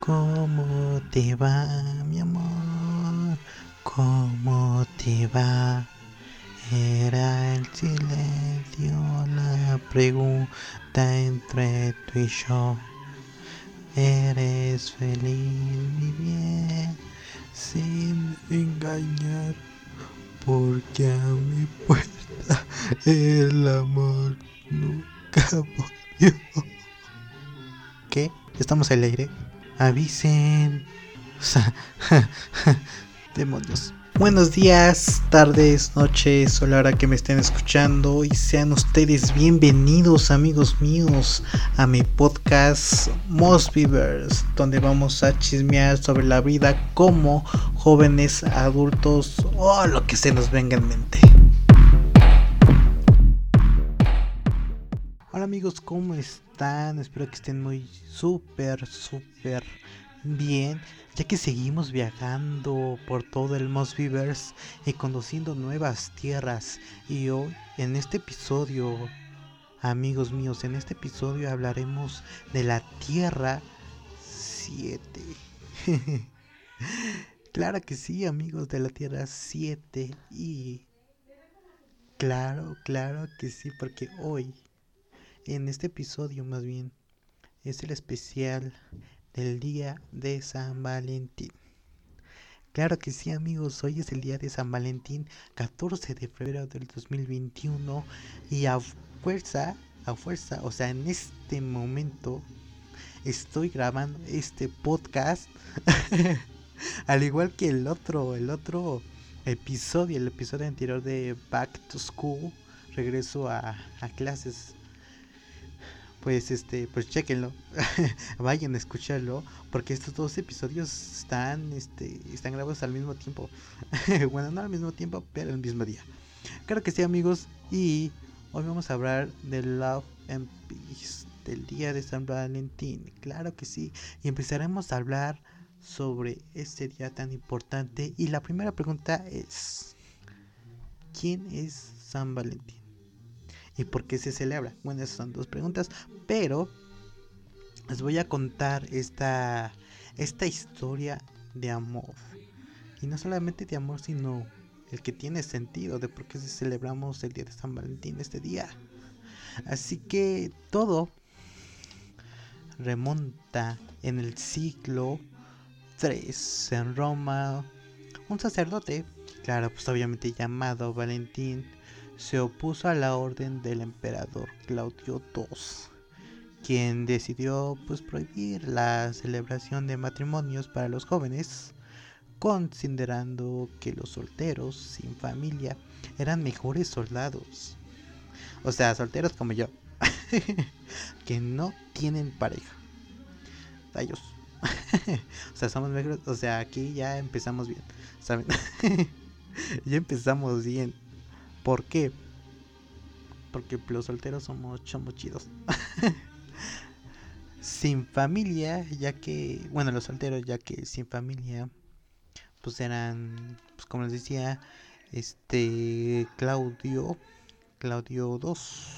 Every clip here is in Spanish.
¿Cómo te va, mi amor? ¿Cómo te va? Era el silencio la pregunta entre tú y yo. ¿Eres feliz, mi bien? Sin engañar, porque a mi puerta el amor nunca volvió. ¿Qué? ¿Estamos al aire? Avisen. Demonios. Buenos días, tardes, noches o la hora que me estén escuchando, y sean ustedes bienvenidos, amigos míos, a mi podcast Mosbyverse, donde vamos a chismear sobre la vida como jóvenes, adultos o lo que se nos venga en mente. Hola amigos, ¿cómo están? Espero que estén muy súper bien, ya que seguimos viajando por todo el Mosbyverse y conociendo nuevas tierras. Y hoy, en este episodio, amigos míos, en este episodio hablaremos de la Tierra 7. Claro que sí, amigos, de la Tierra 7. Y claro que sí, porque hoy, en este episodio más bien, es el especial del día de San Valentín. Claro que sí, amigos, hoy es el día de San Valentín, 14 de febrero del 2021, y a fuerza, o sea, en este momento estoy grabando este podcast al igual que el otro episodio, el episodio anterior de Back to School, regreso a clases. Pues chequenlo, vayan a escucharlo, porque estos dos episodios están grabados al mismo tiempo. Bueno, no al mismo tiempo, pero el mismo día. Claro que sí, amigos, y hoy vamos a hablar de Love and Peace, del día de San Valentín. Claro que sí, y empezaremos a hablar sobre este día tan importante. Y la primera pregunta es: ¿quién es San Valentín? ¿Y por qué se celebra? Bueno, esas son dos preguntas, pero les voy a contar esta historia de amor. Y no solamente de amor, sino el que tiene sentido de por qué celebramos el día de San Valentín este día. Así que todo remonta en el siglo III en Roma. Un sacerdote, claro, pues obviamente llamado Valentín, se opuso a la orden del emperador Claudio II, quien decidió pues prohibir la celebración de matrimonios para los jóvenes, considerando que los solteros sin familia eran mejores soldados. O sea, solteros como yo, que no tienen pareja. Rayos. O sea, somos mejores. O sea, aquí ya empezamos bien, ¿saben? Ya empezamos bien. ¿Por qué? Porque los solteros somos chidos. Sin familia, ya que, bueno, los solteros, ya que sin familia, pues eran, pues como les decía, Claudio II,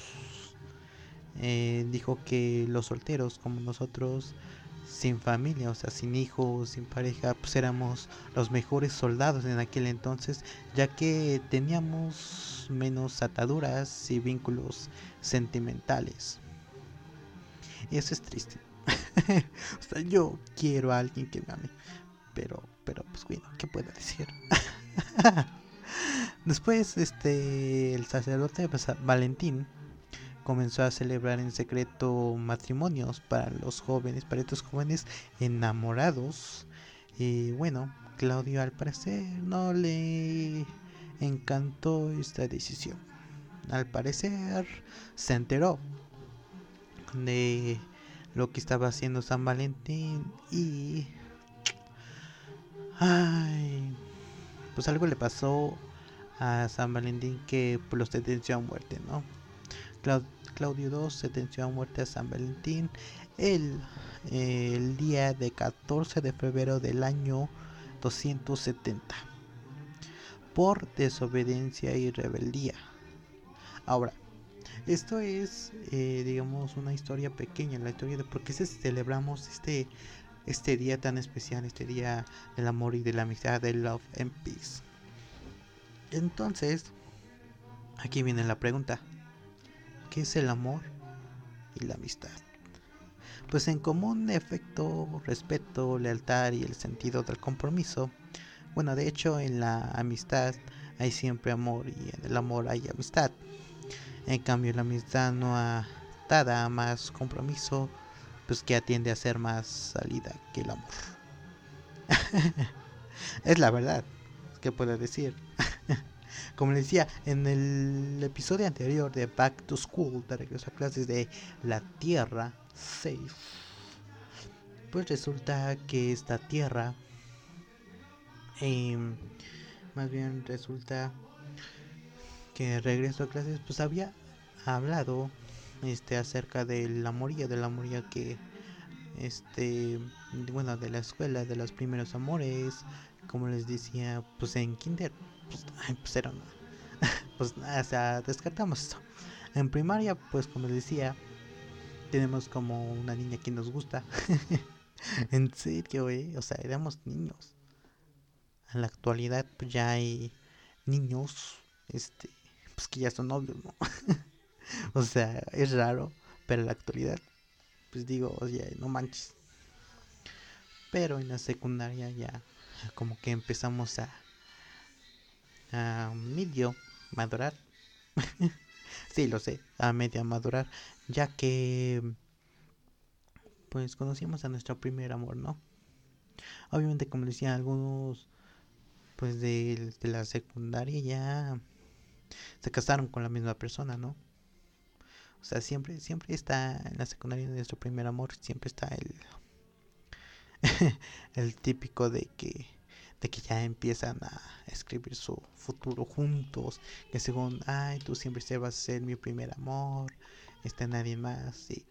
dijo que los solteros, como nosotros, sin familia, o sea, sin hijos, sin pareja, pues éramos los mejores soldados en aquel entonces, ya que teníamos menos ataduras y vínculos sentimentales. Y eso es triste. O sea, yo quiero a alguien que me ame, pero pues bueno, ¿qué puedo decir? Después, el sacerdote Valentín comenzó a celebrar en secreto matrimonios para los jóvenes, para estos jóvenes enamorados. Y bueno, Claudio al parecer no le encantó esta decisión. Al parecer se enteró de lo que estaba haciendo San Valentín y ay, pues algo le pasó a San Valentín que pues, lo sentenció a muerte, ¿no? Claudio II sentenció a muerte a San Valentín el, el día de 14 de febrero del año 270 por desobediencia y rebeldía. Ahora, esto es, digamos, una historia pequeña, la historia de por qué celebramos este día tan especial, este día del amor y de la amistad, del love and peace. Entonces, aquí viene la pregunta: ¿qué es el amor y la amistad? Pues en común efecto, respeto, lealtad y el sentido del compromiso. Bueno, de hecho en la amistad hay siempre amor y en el amor hay amistad. En cambio la amistad no atada a más compromiso, pues que atiende a ser más salida que el amor. Es la verdad, ¿qué puedo decir? Como les decía en el episodio anterior de Back to School, de regreso a clases de la Tierra 6, pues resulta que esta Tierra, más bien resulta que regreso a clases, pues había hablado acerca del amorío, que bueno, de la escuela, de los primeros amores, como les decía, pues en kinder, pues era una, pues nada, o sea, descartamos esto. En primaria, pues como les decía, tenemos como una niña que nos gusta. En serio, o sea, éramos niños. En la actualidad, pues ya hay niños, pues que ya son novios, ¿no? O sea, es raro, pero en la actualidad, pues digo, oye, no manches. Pero en la secundaria ya como que empezamos a medio madurar. Sí, lo sé, a medio madurar, ya que pues conocimos a nuestro primer amor, ¿no? Obviamente, como decía, algunos pues de la secundaria ya se casaron con la misma persona, ¿no? O sea, siempre está en la secundaria de nuestro primer amor, siempre está el típico de que ya empiezan a escribir su futuro juntos, que según, ay, tú siempre vas a ser mi primer amor, nadie más, y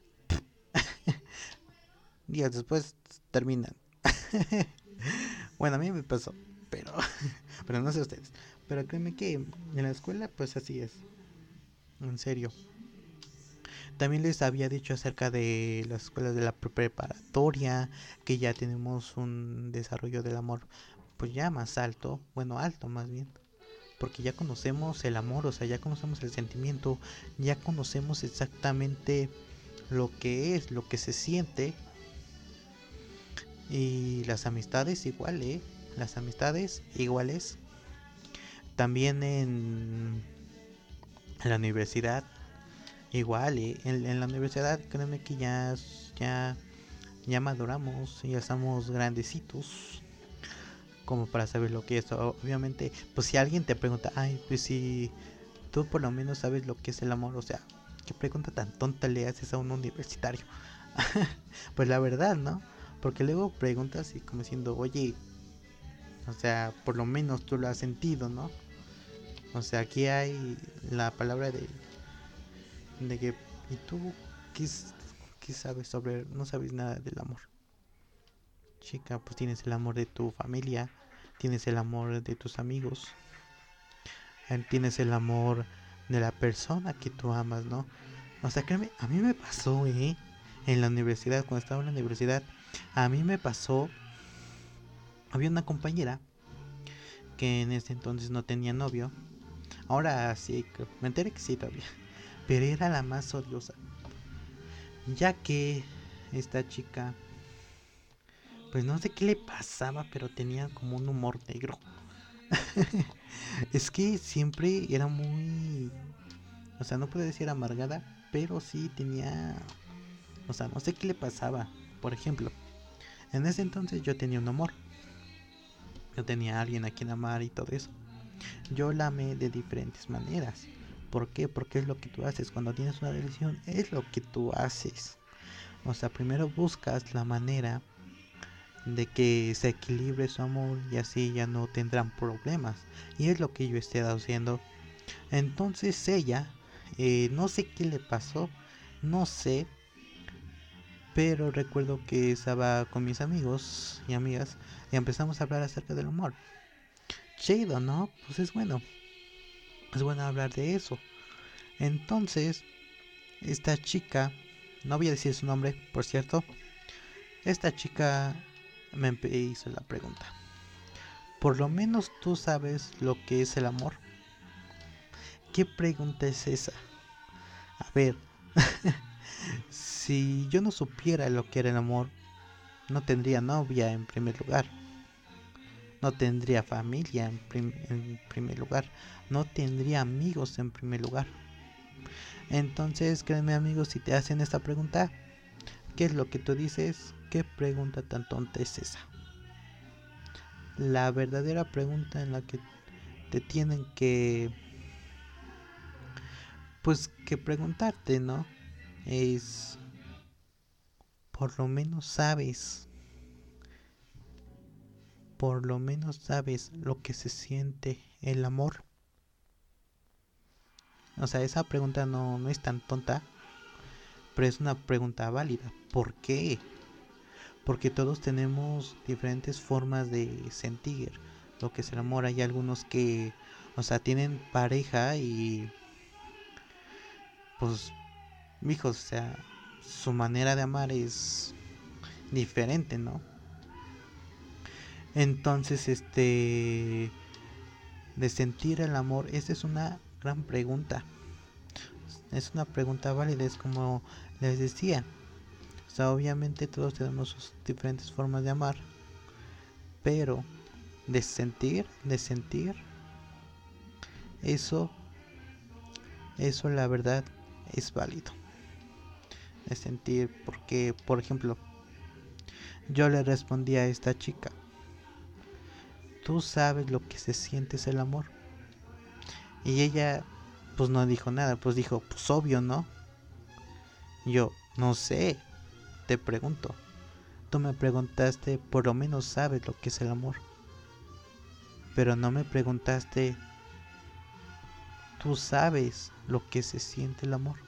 días después terminan. Bueno, a mí me pasó, pero, pero no sé ustedes. Pero créeme que en la escuela, pues así es, en serio. También les había dicho acerca de las escuelas de la preparatoria, que ya tenemos un desarrollo del amor pues ya más alto, bueno, alto más bien, porque ya conocemos el amor, o sea, ya conocemos el sentimiento, ya conocemos exactamente lo que es, lo que se siente. Y las amistades igual, las amistades iguales. También en la universidad igual, en la universidad créanme que ya maduramos, ya estamos grandecitos como para saber lo que es. Obviamente, pues si alguien te pregunta, ay, pues si tú por lo menos sabes lo que es el amor, o sea, ¿qué pregunta tan tonta le haces a un universitario? Pues la verdad, ¿no? Porque luego preguntas y como diciendo, oye, o sea, por lo menos tú lo has sentido, ¿no? O sea, aquí hay la palabra de que, ¿y tú qué, qué sabes sobre? No sabes nada del amor. Chica, pues tienes el amor de tu familia, tienes el amor de tus amigos, tienes el amor de la persona que tú amas, ¿no? O sea, créeme, a mí me pasó, en la universidad, cuando estaba en la universidad, a mí me pasó, había una compañera que en ese entonces no tenía novio. Ahora sí, me enteré que sí todavía. Pero era la más odiosa. Ya que esta chica, pues no sé qué le pasaba, pero tenía como un humor negro. Es que siempre era muy... O sea, no puedo decir amargada, pero sí tenía... O sea, no sé qué le pasaba. Por ejemplo, en ese entonces yo tenía un amor. Yo tenía a alguien a quien amar y todo eso. Yo la amé de diferentes maneras. ¿Por qué? Porque es lo que tú haces. Cuando tienes una relación, es lo que tú haces. O sea, primero buscas la manera de que se equilibre su amor y así ya no tendrán problemas. Y es lo que yo he estado haciendo. Entonces ella, no sé qué le pasó, no sé, pero recuerdo que estaba con mis amigos y amigas y empezamos a hablar acerca del amor. Chido, ¿no? Pues es bueno hablar de eso. Entonces, esta chica, no voy a decir su nombre, por cierto, Esta chica hizo la pregunta. Por lo menos tú sabes lo que es el amor. ¿Qué pregunta es esa? A ver, si yo no supiera lo que era el amor, no tendría novia en primer lugar. No tendría familia en primer lugar. No tendría amigos en primer lugar. Entonces, créeme amigos, si te hacen esta pregunta, ¿qué es lo que tú dices? ¿Qué pregunta tan tonta es esa? La verdadera pregunta en la que te tienen que preguntarte, ¿no? Es, por lo menos sabes lo que se siente el amor. O sea, esa pregunta no es tan tonta, pero es una pregunta válida. ¿Por qué? Porque todos tenemos diferentes formas de sentir lo que es el amor. Hay algunos que, o sea, tienen pareja y pues, hijos, o sea, su manera de amar es diferente, ¿no? Entonces, de sentir el amor, esta es una gran pregunta. Es una pregunta válida, es como les decía. O sea, obviamente todos tenemos sus diferentes formas de amar, pero de sentir, eso, eso la verdad es válido. De sentir, porque, por ejemplo, yo le respondí a esta chica, ¿tú sabes lo que se siente es el amor? Y ella, pues no dijo nada, pues dijo, pues obvio, ¿no? Yo, no sé, te pregunto. Tú me preguntaste, por lo menos sabes lo que es el amor. Pero no me preguntaste, tú sabes lo que se siente el amor.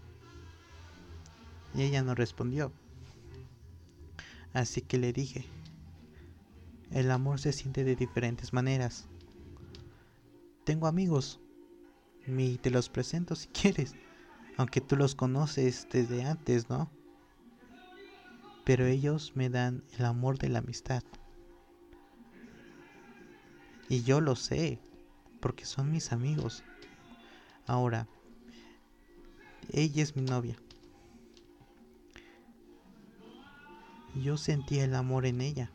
Y ella no respondió. Así que le dije, el amor se siente de diferentes maneras. Tengo amigos, y te los presento si quieres, aunque tú los conoces desde antes, ¿no? Pero ellos me dan el amor de la amistad. Y yo lo sé, porque son mis amigos. Ahora, ella es mi novia. Yo sentí el amor en ella.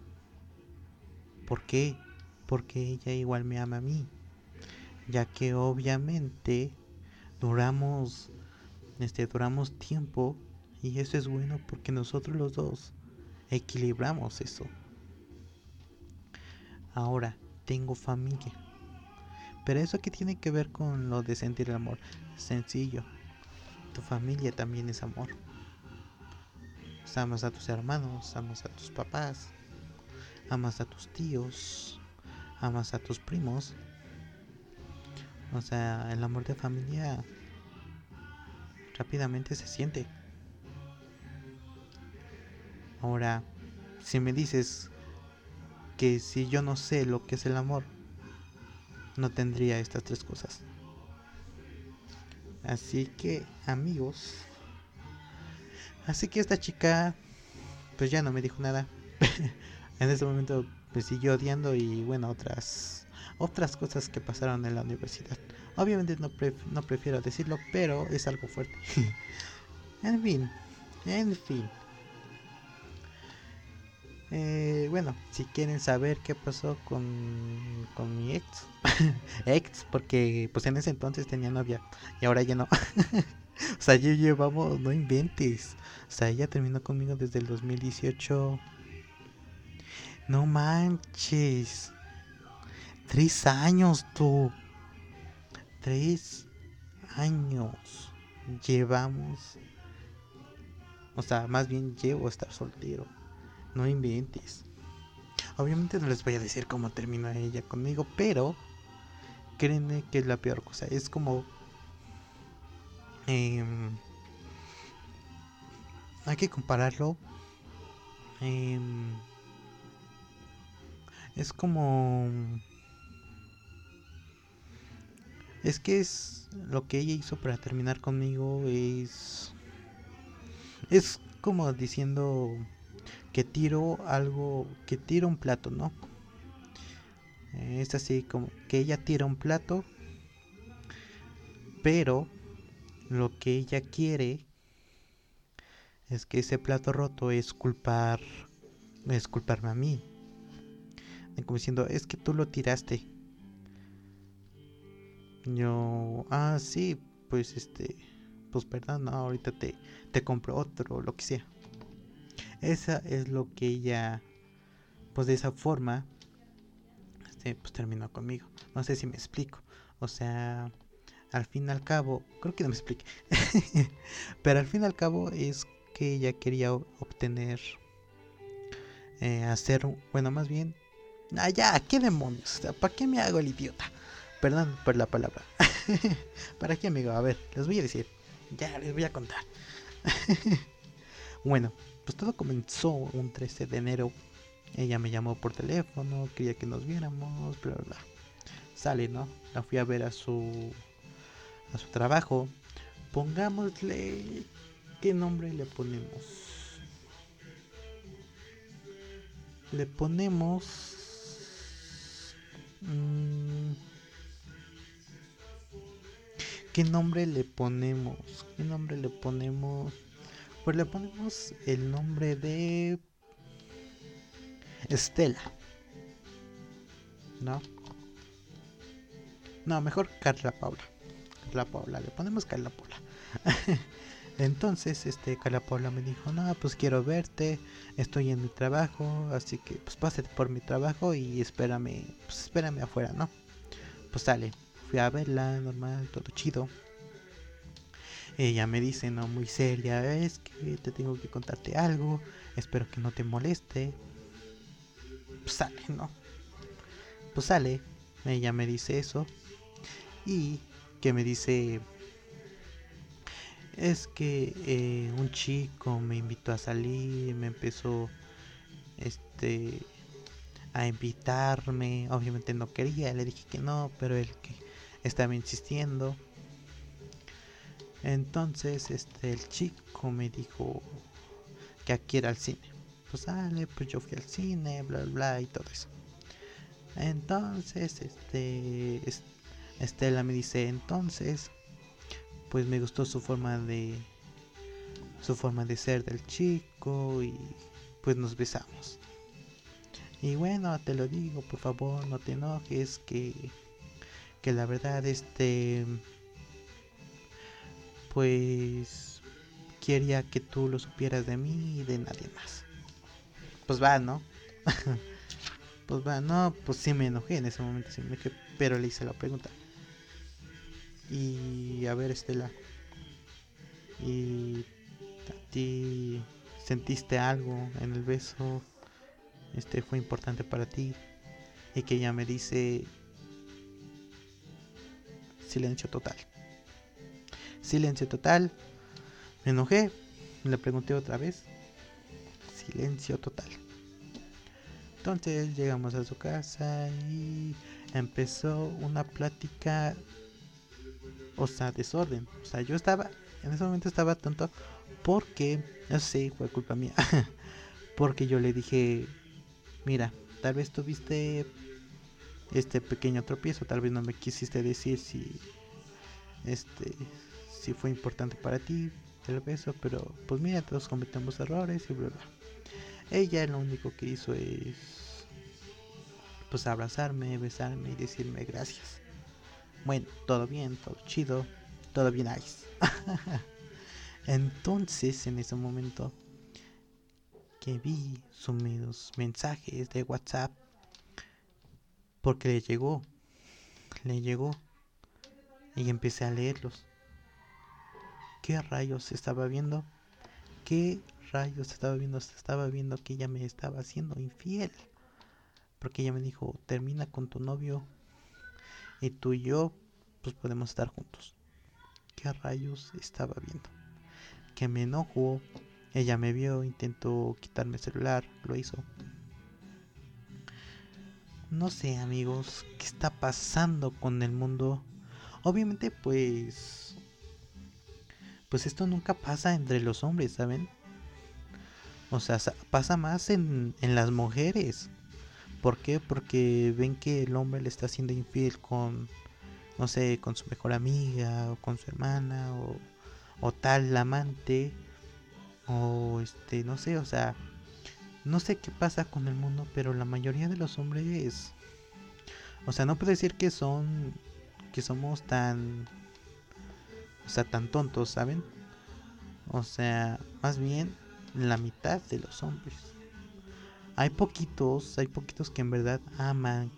¿Por qué? Porque ella igual me ama a mí. Ya que obviamente duramos duramos tiempo, y eso es bueno porque nosotros los dos equilibramos eso. Ahora, tengo familia. Pero eso qué tiene que ver con lo de sentir el amor. Sencillo. Tu familia también es amor. Amas a tus hermanos, amas a tus papás, amas a tus tíos, amas a tus primos. O sea, el amor de familia rápidamente se siente. Ahora, si me dices que si yo no sé lo que es el amor, no tendría estas tres cosas. Así que, amigos, así que esta chica pues ya no me dijo nada. En ese momento me siguió odiando y bueno, otras cosas que pasaron en la universidad. Obviamente no prefiero decirlo, pero es algo fuerte. en fin, en fin. Bueno, si quieren saber qué pasó con mi ex, porque pues en ese entonces tenía novia y ahora ya no. O sea, ya llevamos, no inventes. O sea, ella terminó conmigo desde el 2018. No manches. 3 años tú. 3 años llevamos. O sea, más bien llevo a estar soltero. No inventes. Obviamente no les voy a decir cómo terminó ella conmigo, pero créanme que es la peor cosa. Es como... hay que compararlo. Es como... Es que es lo que ella hizo para terminar conmigo. Es como diciendo... que tiro algo, que tiro un plato, ¿no? Es así como que ella tira un plato, pero lo que ella quiere es que ese plato roto es culparme a mí. Como diciendo, es que tú lo tiraste. Yo, sí, pues pues perdón, no, ahorita te compro otro, lo que sea. Esa es lo que ella, pues de esa forma, pues terminó conmigo. No sé si me explico. O sea, al fin y al cabo, creo que no me expliqué. Pero al fin y al cabo es que ella quería obtener, hacer, bueno, más bien, ya, ¿qué demonios? O sea, ¿para qué me hago el idiota? Perdón por la palabra. ¿Para qué, amigo? A ver, les voy a decir. Ya, les voy a contar. Bueno, pues todo comenzó un 13 de enero. Ella me llamó por teléfono, quería que nos viéramos, bla, bla, bla. Sale, ¿no? La fui a ver a su trabajo. Pongámosle... ¿Qué nombre le ponemos? Le ponemos... ¿Qué nombre le ponemos? ¿Qué nombre le ponemos? Pues le ponemos el nombre de Estela, ¿no? No, mejor Carla Paula. Carla Paula, le ponemos Carla Paula. Entonces, Carla Paula me dijo, no, pues quiero verte, estoy en mi trabajo, así que pues pásate por mi trabajo y espérame afuera, ¿no? Pues sale, fui a verla, normal, todo chido. Ella me dice, no, muy seria, es que te tengo que contarte algo, espero que no te moleste. Pues sale, ¿no? Pues sale, ella me dice eso y que me dice, es que un chico me invitó a salir, me empezó a invitarme, obviamente no quería, le dije que no, pero él que estaba insistiendo. Entonces el chico me dijo que aquí era el cine. Pues sale, pues yo fui al cine, bla bla bla y todo eso. Entonces Estela me dice, entonces pues me gustó su forma de ser del chico y pues nos besamos. Y bueno, te lo digo, por favor, no te enojes, que la verdad pues quería que tú lo supieras de mí y de nadie más. Pues va, ¿no? Pues va, no, pues sí me enojé en ese momento, sí me enojé, pero le hice la pregunta. Y a ver, Estela, ¿y a ti sentiste algo en el beso? ¿Fue importante para ti? Y que ella me dice, silencio total. Silencio total. Me enojé, le pregunté otra vez. Silencio total. Entonces llegamos a su casa y empezó una plática, o sea, desorden. O sea, en ese momento estaba tonto porque, eso sí, fue culpa mía. Porque yo le dije, mira, tal vez tuviste este pequeño tropiezo, tal vez no me quisiste decir este, si fue importante para ti el beso, pero pues mira, todos cometemos errores y bla bla. Ella lo único que hizo es pues abrazarme, besarme y decirme gracias. Bueno, todo bien, todo chido, todo bien nice. Entonces, en ese momento que vi sus mensajes de WhatsApp, porque le llegó y empecé a leerlos. ¿Qué rayos estaba viendo? ¿Qué rayos estaba viendo? Estaba viendo que ella me estaba haciendo infiel. Porque ella me dijo, termina con tu novio y tú y yo pues podemos estar juntos. ¿Qué rayos estaba viendo? Que me enojó. Ella me vio, intentó quitarme el celular, lo hizo. No sé, amigos, qué está pasando con el mundo. Obviamente pues esto nunca pasa entre los hombres, ¿saben? O sea, pasa más en las mujeres. ¿Por qué? Porque ven que el hombre le está siendo infiel con, no sé, con su mejor amiga o con su hermana o tal amante o no sé, o sea, no sé qué pasa con el mundo, pero la mayoría de los hombres, o sea, no puedo decir que somos tan, o sea, tan tontos, ¿saben? O sea, más bien la mitad de los hombres. Hay poquitos que en verdad aman,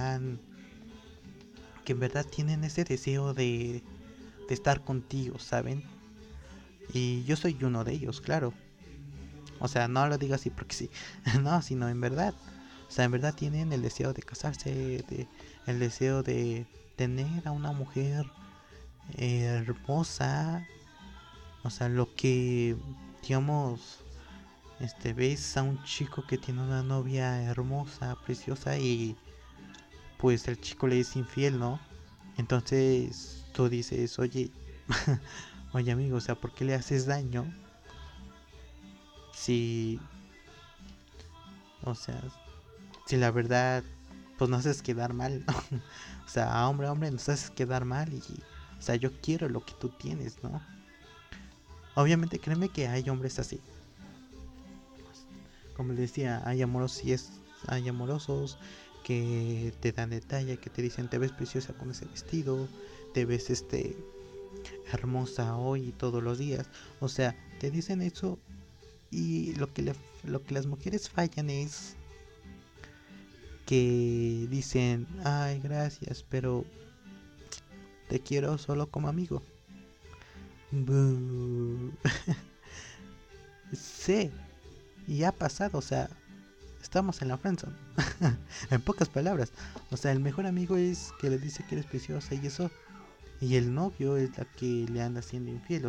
que en verdad tienen ese deseo de estar contigo, ¿saben? Y yo soy uno de ellos, claro. O sea, no lo digo así porque sí, no, sino en verdad. O sea, en verdad tienen el deseo de casarse, el deseo de tener a una mujer hermosa. O sea, lo que, digamos, ves a un chico que tiene una novia hermosa, preciosa y pues el chico le es infiel, ¿no? Entonces tú dices, oye, oye amigo, o sea, ¿por qué le haces daño si, o sea, si la verdad, pues no haces quedar mal, ¿no? O sea, hombre, hombre, nos haces quedar mal y, o sea, yo quiero lo que tú tienes, ¿no? Obviamente, créeme que hay hombres así. Como les decía, hay amorosos que te dan detalle, que te dicen te ves preciosa con ese vestido, te ves hermosa hoy y todos los días. O sea, te dicen eso y lo que las mujeres fallan es que dicen, ay, gracias, pero te quiero solo como amigo. Buh. Sí, y ha pasado, o sea, estamos en la friendzone. En pocas palabras. O sea, el mejor amigo es que le dice que eres preciosa y eso. Y el novio es la que le anda siendo infiel,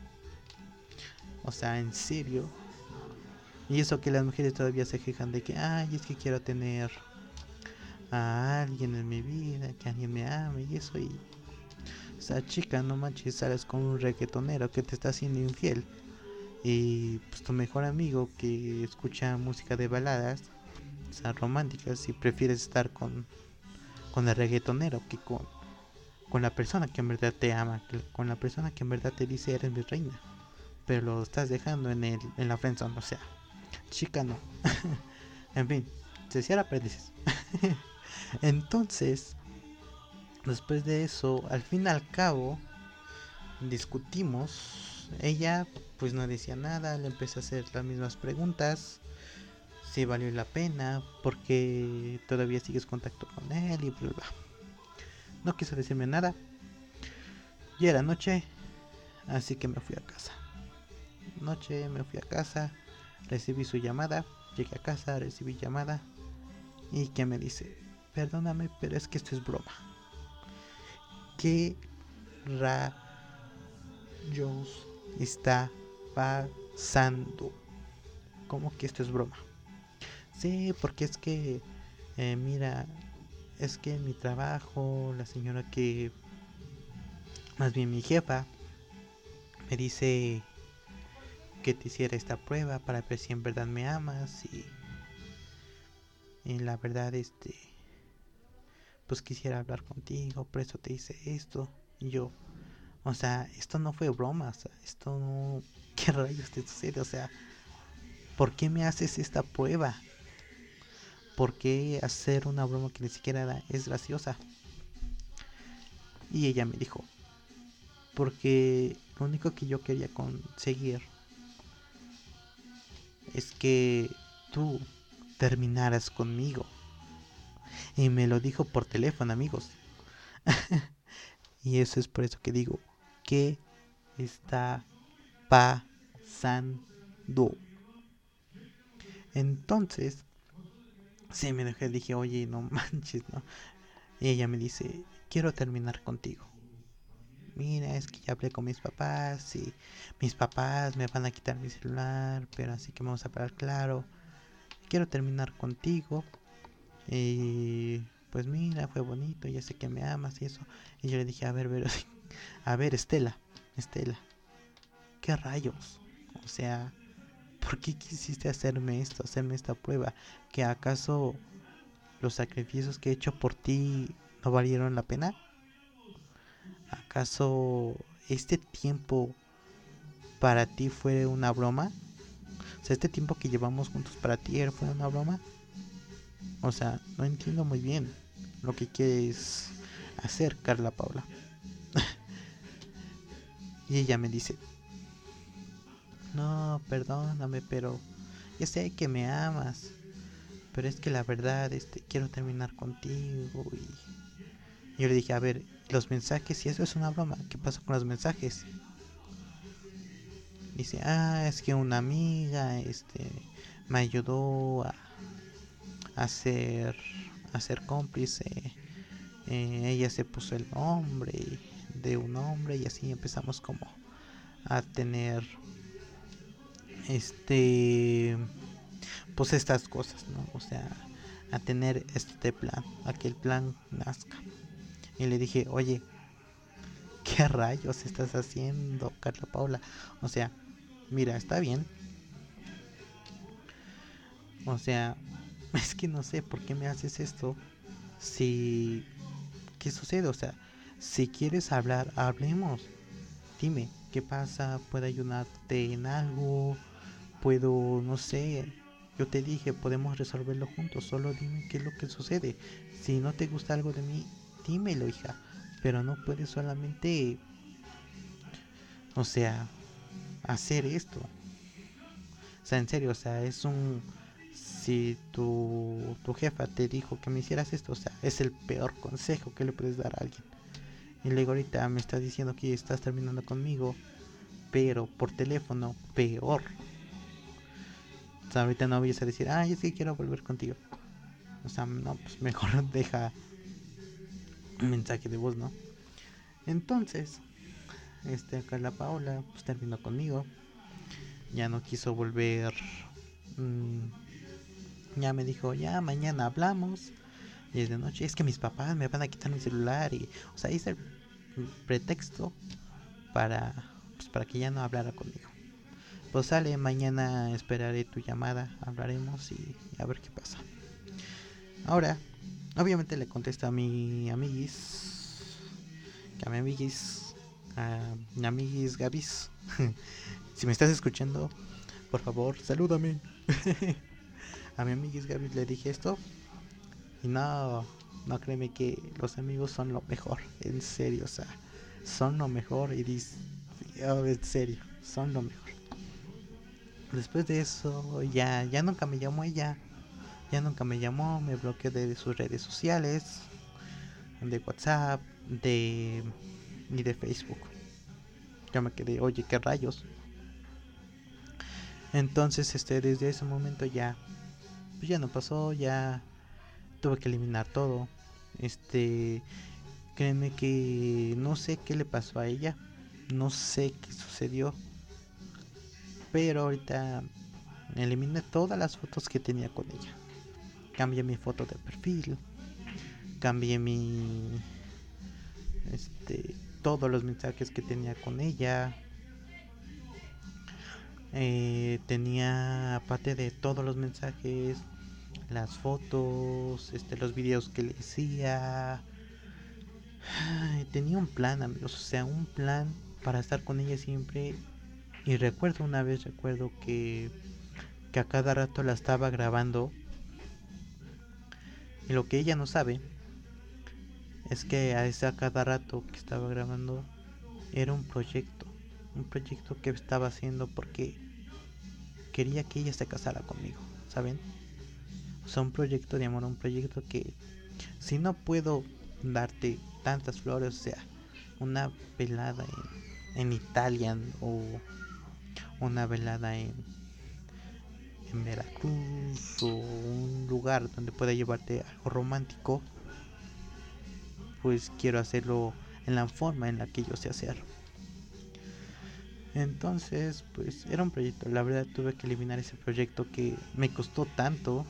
o sea, en serio. Y eso que las mujeres todavía se quejan de que, ay, es que quiero tener a alguien en mi vida, que alguien me ame y eso. Y, o sea, chica, no manches, sales con un reggaetonero que te está haciendo infiel. Y pues tu mejor amigo que escucha música de baladas, o sea, románticas, y prefieres estar con el reggaetonero que con la persona que en verdad te ama, con la persona que en verdad te dice eres mi reina. Pero lo estás dejando en la friendzone, o sea, chica no. En fin, se cierra aprendices. Entonces, después de eso, al fin y al cabo, discutimos. Ella pues no decía nada, le empecé a hacer las mismas preguntas. Si valió la pena, porque todavía sigues contacto con él y bla bla. No quiso decirme nada. Ya era noche, así que me fui a casa. Noche, me fui a casa, recibí su llamada, llegué a casa, recibí llamada y que me dice, perdóname, pero es que esto es broma. ¿Qué rayos está pasando? ¿Cómo que esto es broma? Sí, porque es que, mira, es que en mi trabajo, la señora que, más bien mi jefa, me dice que te hiciera esta prueba para ver si en verdad me amas y la verdad, pues quisiera hablar contigo, por eso te hice esto. Y yo, o sea, esto no fue broma, o sea, esto no, ¿qué rayos te sucede? O sea, ¿por qué me haces esta prueba? ¿Por qué hacer una broma que ni siquiera es graciosa? Y ella me dijo, porque lo único que yo quería conseguir es que tú terminaras conmigo. Y me lo dijo por teléfono, amigos. Y eso es por eso que digo, ¿qué está pasando? Entonces, sí, me dejé, dije, oye, no manches, ¿no? Y ella me dice, quiero terminar contigo. Mira, es que ya hablé con mis papás y mis papás me van a quitar mi celular, pero así que vamos a hablar claro. Quiero terminar contigo. Y pues mira, fue bonito, ya sé que me amas y eso. Y yo le dije, a ver, Estela, ¿qué rayos? O sea, ¿por qué quisiste hacerme esto, hacerme esta prueba? ¿Que acaso los sacrificios que he hecho por ti no valieron la pena? ¿Acaso este tiempo para ti fue una broma? O sea, este tiempo que llevamos juntos para ti fue una broma. O sea, no entiendo muy bien lo que quieres hacer, Carla Paula. Y ella me dice, no, perdóname, pero yo sé que me amas, pero es que la verdad, quiero terminar contigo. Y yo le dije, a ver, los mensajes, si eso es una broma, ¿qué pasó con los mensajes? Dice, es que una amiga, me ayudó a ser, a ser cómplice. Ella se puso el nombre de un hombre y así empezamos como a tener pues estas cosas, ¿no? O sea, a tener este plan, a que el plan nazca. Y le dije, oye, ¿qué rayos estás haciendo, Carla Paula? O sea, mira, está bien. O sea, es que no sé por qué me haces esto. Si, ¿qué sucede? O sea, si quieres hablar, hablemos. Dime, ¿qué pasa? ¿Puedo ayudarte en algo? Puedo, no sé. Yo te dije, podemos resolverlo juntos. Solo dime qué es lo que sucede. Si no te gusta algo de mí, dímelo, hija. Pero no puedes solamente, o sea, hacer esto. O sea, en serio, o sea, es un... Si tu jefa te dijo que me hicieras esto, o sea, es el peor consejo que le puedes dar a alguien. Y luego ahorita me estás diciendo que estás terminando conmigo, pero por teléfono, peor. O sea, ahorita no vayas a decir, yo sí quiero volver contigo. O sea, no, pues mejor deja un mensaje de voz, ¿no? Entonces, acá la Paola, pues terminó conmigo. Ya no quiso volver. Ya me dijo, ya mañana hablamos. Y es de noche, es que mis papás me van a quitar mi celular. Y, o sea, hice el pretexto para, pues, para que ya no hablara conmigo. Pues sale, mañana esperaré tu llamada, hablaremos y a ver qué pasa. Ahora, obviamente le contesto a mi amiguis, a mi amiguis Gabis. Si me estás escuchando, por favor, salúdame. A mi amiguis Gabis le dije esto y no, créeme que los amigos son lo mejor, en serio, o sea, son lo mejor y en serio, son lo mejor. Después de eso, ya nunca me llamó ella. Ya nunca me llamó, me bloqueó de sus redes sociales, de WhatsApp, y de Facebook. Ya me quedé, oye, qué rayos. Entonces, desde ese momento ya, pues ya no pasó, ya tuve que eliminar todo. Créeme que no sé qué le pasó a ella, no sé qué sucedió, pero ahorita eliminé todas las fotos que tenía con ella. Cambié mi foto de perfil, cambié todos los mensajes que tenía con ella. Tenía, aparte de todos los mensajes, las fotos, los videos que le hacía. Tenía un plan, amigos, o sea, un plan para estar con ella siempre. Y recuerdo que a cada rato la estaba grabando. Y lo que ella no sabe es que a cada rato que estaba grabando era un proyecto que estaba haciendo porque quería que ella se casara conmigo, ¿saben? O sea, un proyecto de amor, un proyecto que si no puedo darte tantas flores, o sea, una velada en Italia o una velada en Veracruz o un lugar donde pueda llevarte algo romántico, pues quiero hacerlo en la forma en la que yo sé hacer. Entonces, pues era un proyecto. La verdad tuve que eliminar ese proyecto que me costó tanto,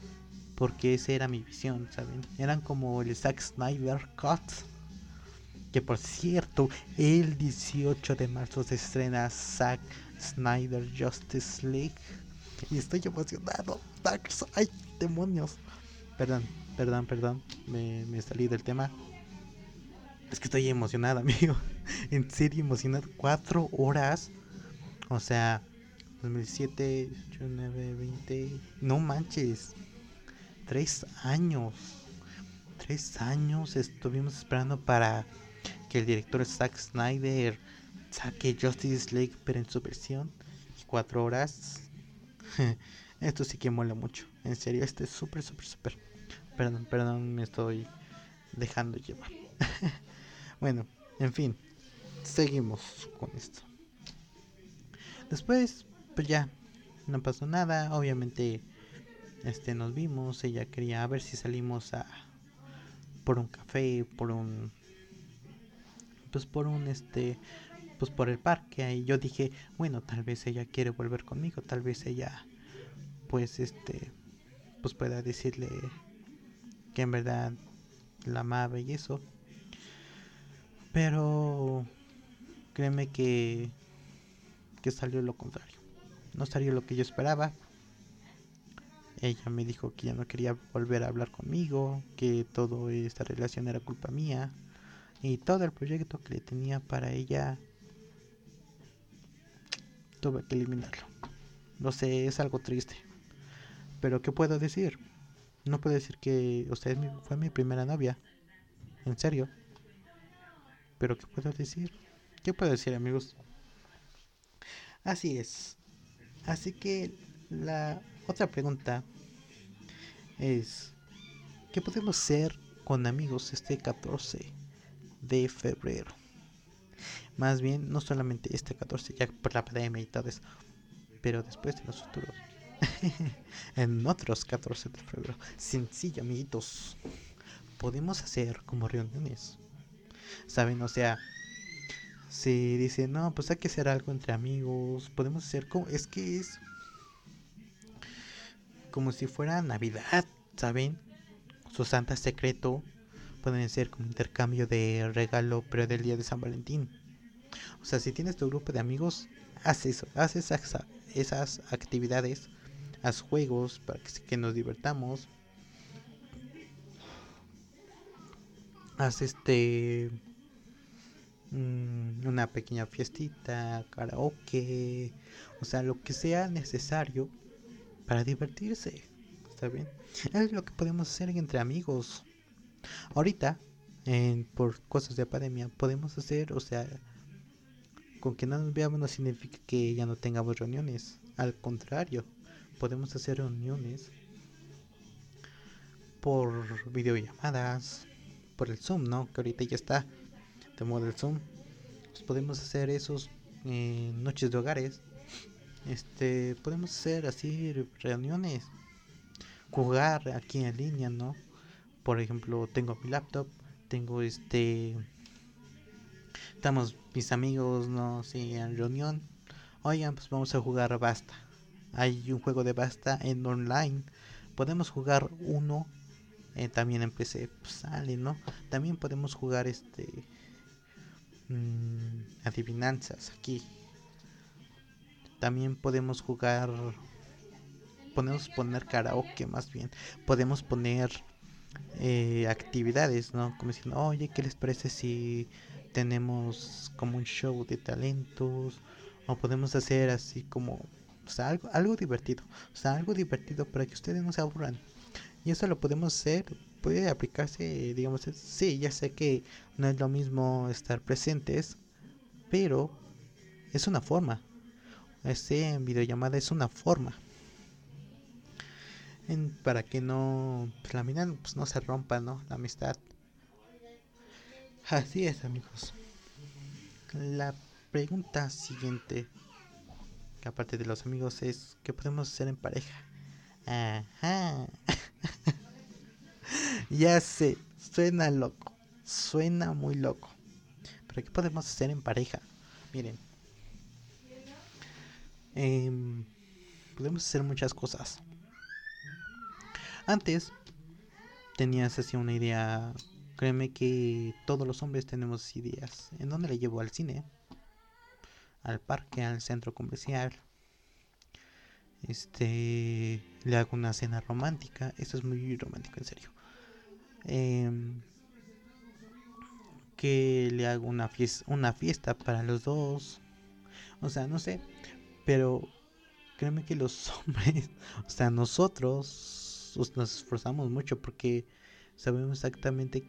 porque esa era mi visión, ¿saben? Eran como el Zack Snyder Cut Que por cierto, el 18 de marzo se estrena Zack Snyder Justice League. Y estoy emocionado. ¡Ay, demonios! Perdón, perdón. Me salí del tema. Es que estoy emocionado, amigo. En serio, emocionado. 4 horas. O sea, 2007, 8, 9, 20. No manches. 3 años. 3 años estuvimos esperando para que el director Zack Snyder saque Justice League, pero en su versión. Y 4 horas. Esto sí que mola mucho. En serio, este es súper. Perdón, me estoy dejando llevar. Bueno, en fin, seguimos con esto. Después, pues ya, no pasó nada. Obviamente, nos vimos. Ella quería ver si salimos a por un café, pues por el parque. Y yo dije, bueno, tal vez ella quiere volver conmigo, tal vez ella, pues pues pueda decirle que en verdad la amaba y eso. Pero créeme que salió lo contrario. No salió lo que yo esperaba. Ella me dijo que ya no quería volver a hablar conmigo, que toda esta relación era culpa mía y todo el proyecto que le tenía para ella tuve que eliminarlo. No sé, es algo triste. Pero ¿qué puedo decir? No puedo decir que usted fue mi primera novia. En serio. Pero ¿qué puedo decir? ¿Qué puedo decir, amigos? Así es. Así que la otra pregunta es, ¿qué podemos hacer con amigos este 14 de febrero? Más bien, no solamente este 14, ya por la pandemia y todo eso, pero después de los futuros. En otros 14 de febrero. Sencillo, amiguitos. Podemos hacer como reuniones. ¿Saben? O sea, si dicen, no, pues hay que hacer algo entre amigos, podemos hacer como, es que es como si fuera Navidad, ¿saben? Su Santa secreto, pueden ser como intercambio de regalo, pero del día de San Valentín. O sea, si tienes tu grupo de amigos, haz eso, haz esas actividades, haz juegos para que nos divertamos, haz una pequeña fiestita, karaoke, o sea, lo que sea necesario para divertirse. ¿Está bien? Es lo que podemos hacer entre amigos. Ahorita, por cosas de pandemia, podemos hacer, o sea, con que no nos veamos no significa que ya no tengamos reuniones. Al contrario, podemos hacer reuniones por videollamadas, por el Zoom, ¿no? Que ahorita ya está de moda el Zoom. Pues podemos hacer esos noches de hogares. Podemos hacer así reuniones, jugar aquí en línea, ¿no? Por ejemplo, tengo mi laptop, tengo estamos mis amigos, no sé, sí, en reunión. Oigan, pues vamos a jugar Basta. Hay un juego de Basta en online. Podemos jugar uno también en PC, pues sale, ¿no? También podemos jugar adivinanzas aquí. También podemos poner karaoke más bien. Podemos poner actividades, ¿no? Como diciendo, oye, ¿qué les parece si tenemos como un show de talentos? O podemos hacer así como, o sea, algo divertido. O sea, algo divertido para que ustedes no se aburran. Y eso lo podemos hacer, puede aplicarse, digamos, sí, ya sé que no es lo mismo estar presentes, pero es una forma. En videollamada es una forma. Para que no, pues la amistad pues no se rompa, ¿no? La amistad. Así es, amigos. La pregunta siguiente, que aparte de los amigos, es ¿qué podemos hacer en pareja? Ajá. Ya sé, suena loco. Suena muy loco. Pero ¿qué podemos hacer en pareja? Miren, eh, podemos hacer muchas cosas. Antes tenías así una idea créeme que todos los hombres tenemos ideas. ¿En dónde le llevo? Al cine, al parque, al centro comercial. Le hago una cena romántica. Esto es muy romántico, en serio. Que le hago una fiesta para los dos. O sea, no sé, pero créeme que los hombres, o sea, nosotros nos esforzamos mucho porque sabemos exactamente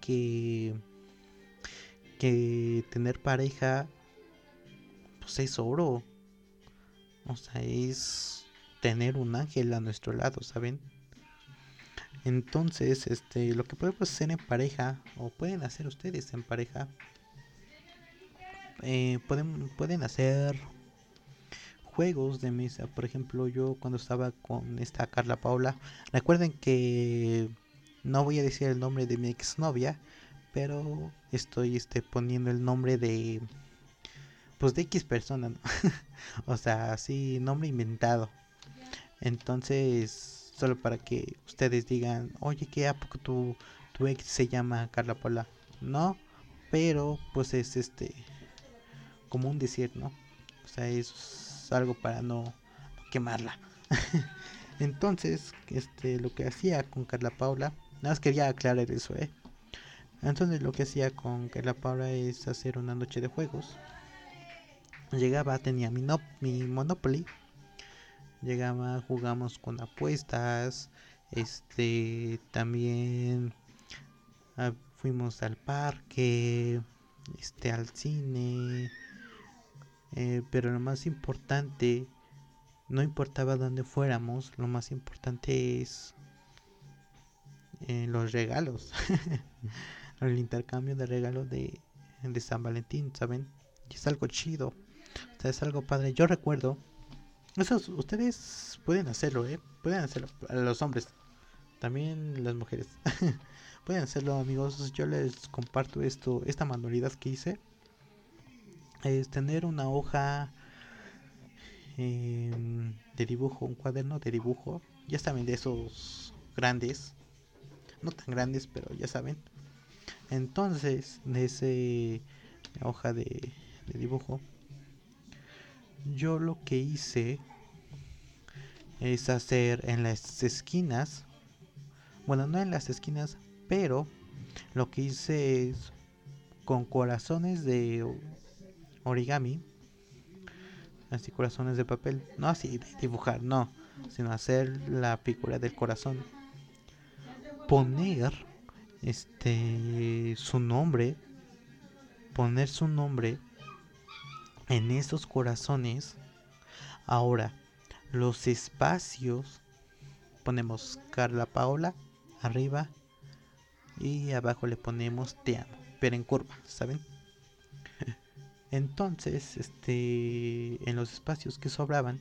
que tener pareja pues es oro. O sea, es tener un ángel a nuestro lado, ¿saben? Entonces, lo que podemos hacer en pareja, o pueden hacer ustedes en pareja, pueden hacer juegos de mesa. Por ejemplo, yo cuando estaba con esta Carla Paula, recuerden que no voy a decir el nombre de mi exnovia, pero estoy poniendo el nombre de pues de X persona, ¿no? O sea, así nombre inventado. Entonces, solo para que ustedes digan, oye, ¿qué a poco tu ex se llama Carla Paula? No, pero pues es como un decir, ¿no? O sea, es algo para no quemarla. Entonces, lo que hacía con Carla Paula, nada más quería aclarar eso, ¿eh? Entonces, lo que hacía con Carla Paula es hacer una noche de juegos. Llegaba, tenía mi Monopoly. Llegaba, jugamos con apuestas. También fuimos al parque, al cine. Pero lo más importante, no importaba dónde fuéramos, lo más importante es los regalos. El intercambio de regalos de San Valentín, ¿saben? Y es algo chido, o sea, es algo padre. Yo recuerdo, eso ustedes pueden hacerlo, pueden hacerlo, a los hombres, también las mujeres. Pueden hacerlo, amigos. Yo les comparto esta manualidad que hice. Es tener una hoja de dibujo, un cuaderno de dibujo, ya saben, de esos grandes, no tan grandes, pero ya saben. Entonces, de ese hoja de dibujo, yo lo que hice es hacer en las esquinas, bueno, no en las esquinas, pero lo que hice es con corazones de origami, así corazones de papel, no así de dibujar, no, sino hacer la figura del corazón, poner su nombre, poner su nombre en esos corazones. Ahora, los espacios, ponemos Carla Paola arriba y abajo le ponemos te amo, pero en curva, ¿saben? Entonces, en los espacios que sobraban,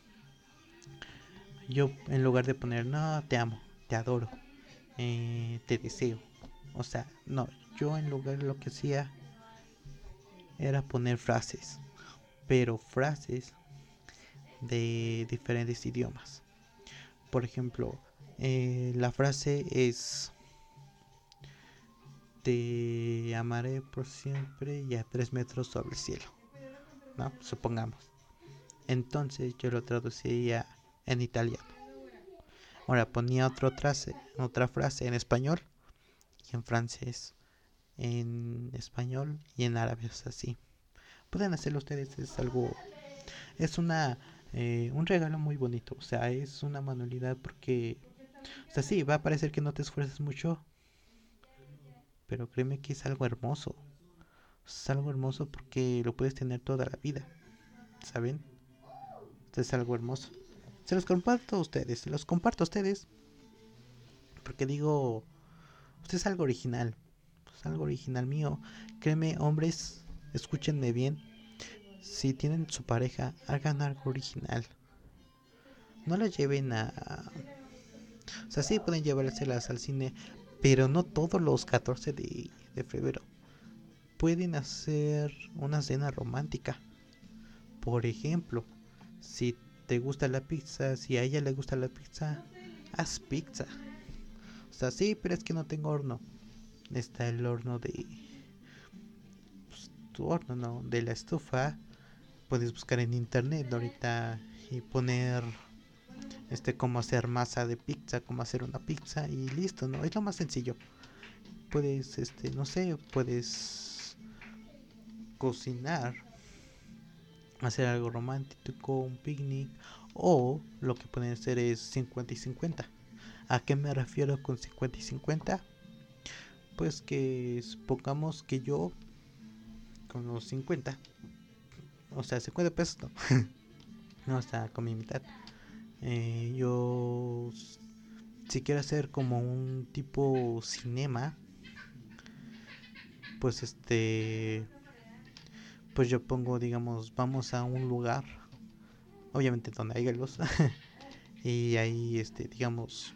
yo en lugar de poner no, te amo, te adoro, te deseo, o sea, no, yo en lugar de lo que hacía era poner frases, pero frases de diferentes idiomas. Por ejemplo, la frase es te amaré por siempre y a 3 metros sobre el cielo, ¿no? Supongamos. Entonces yo lo traduciría en italiano. Ahora ponía otra frase en español y en francés, en español y en árabe, o sea, así. Pueden hacerlo ustedes, es un regalo muy bonito, o sea, es una manualidad porque, o sea, sí, va a parecer que no te esfuerzas mucho, pero créeme que es algo hermoso. Es algo hermoso porque lo puedes tener toda la vida, ¿saben? Esto es algo hermoso. Se los comparto a ustedes, porque digo, esto es algo original mío. Créeme, hombres, escúchenme bien. Si tienen su pareja, hagan algo original. No la lleven a... O sea, sí pueden llevárselas al cine, pero no todos los 14 de febrero. Pueden hacer una cena romántica. Por ejemplo, si te gusta la pizza, si a ella le gusta la pizza, haz pizza. O sea, sí, pero es que no tengo horno. está el horno tu horno, ¿no? De la estufa. Puedes buscar en internet ahorita y poner cómo hacer masa de pizza, cómo hacer una pizza y listo, ¿no? Es lo más sencillo. Puedes, no sé, puedes cocinar, hacer algo romántico, un picnic, o lo que pueden hacer es 50 y 50. ¿A qué me refiero con 50 y 50? Pues que supongamos que yo con los 50, o sea, 50 pesos no, no, o sea, con mi mitad, yo si quiero hacer como un tipo cinema, pues pues yo pongo, digamos, vamos a un lugar, obviamente donde haya luz, y ahí, digamos,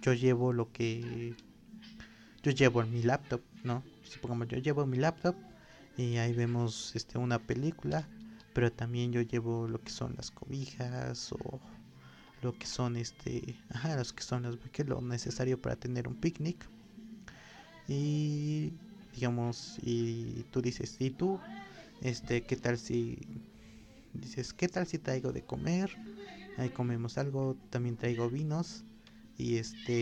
yo llevo mi laptop, ¿no? Supongamos yo llevo mi laptop y ahí vemos, una película, pero también yo llevo lo que son las cobijas o lo que son, los que son lo necesario para tener un picnic. Y digamos, y tú dices, ¿y tú? ¿Qué tal si dices, qué tal si traigo de comer? Ahí comemos algo, también traigo vinos y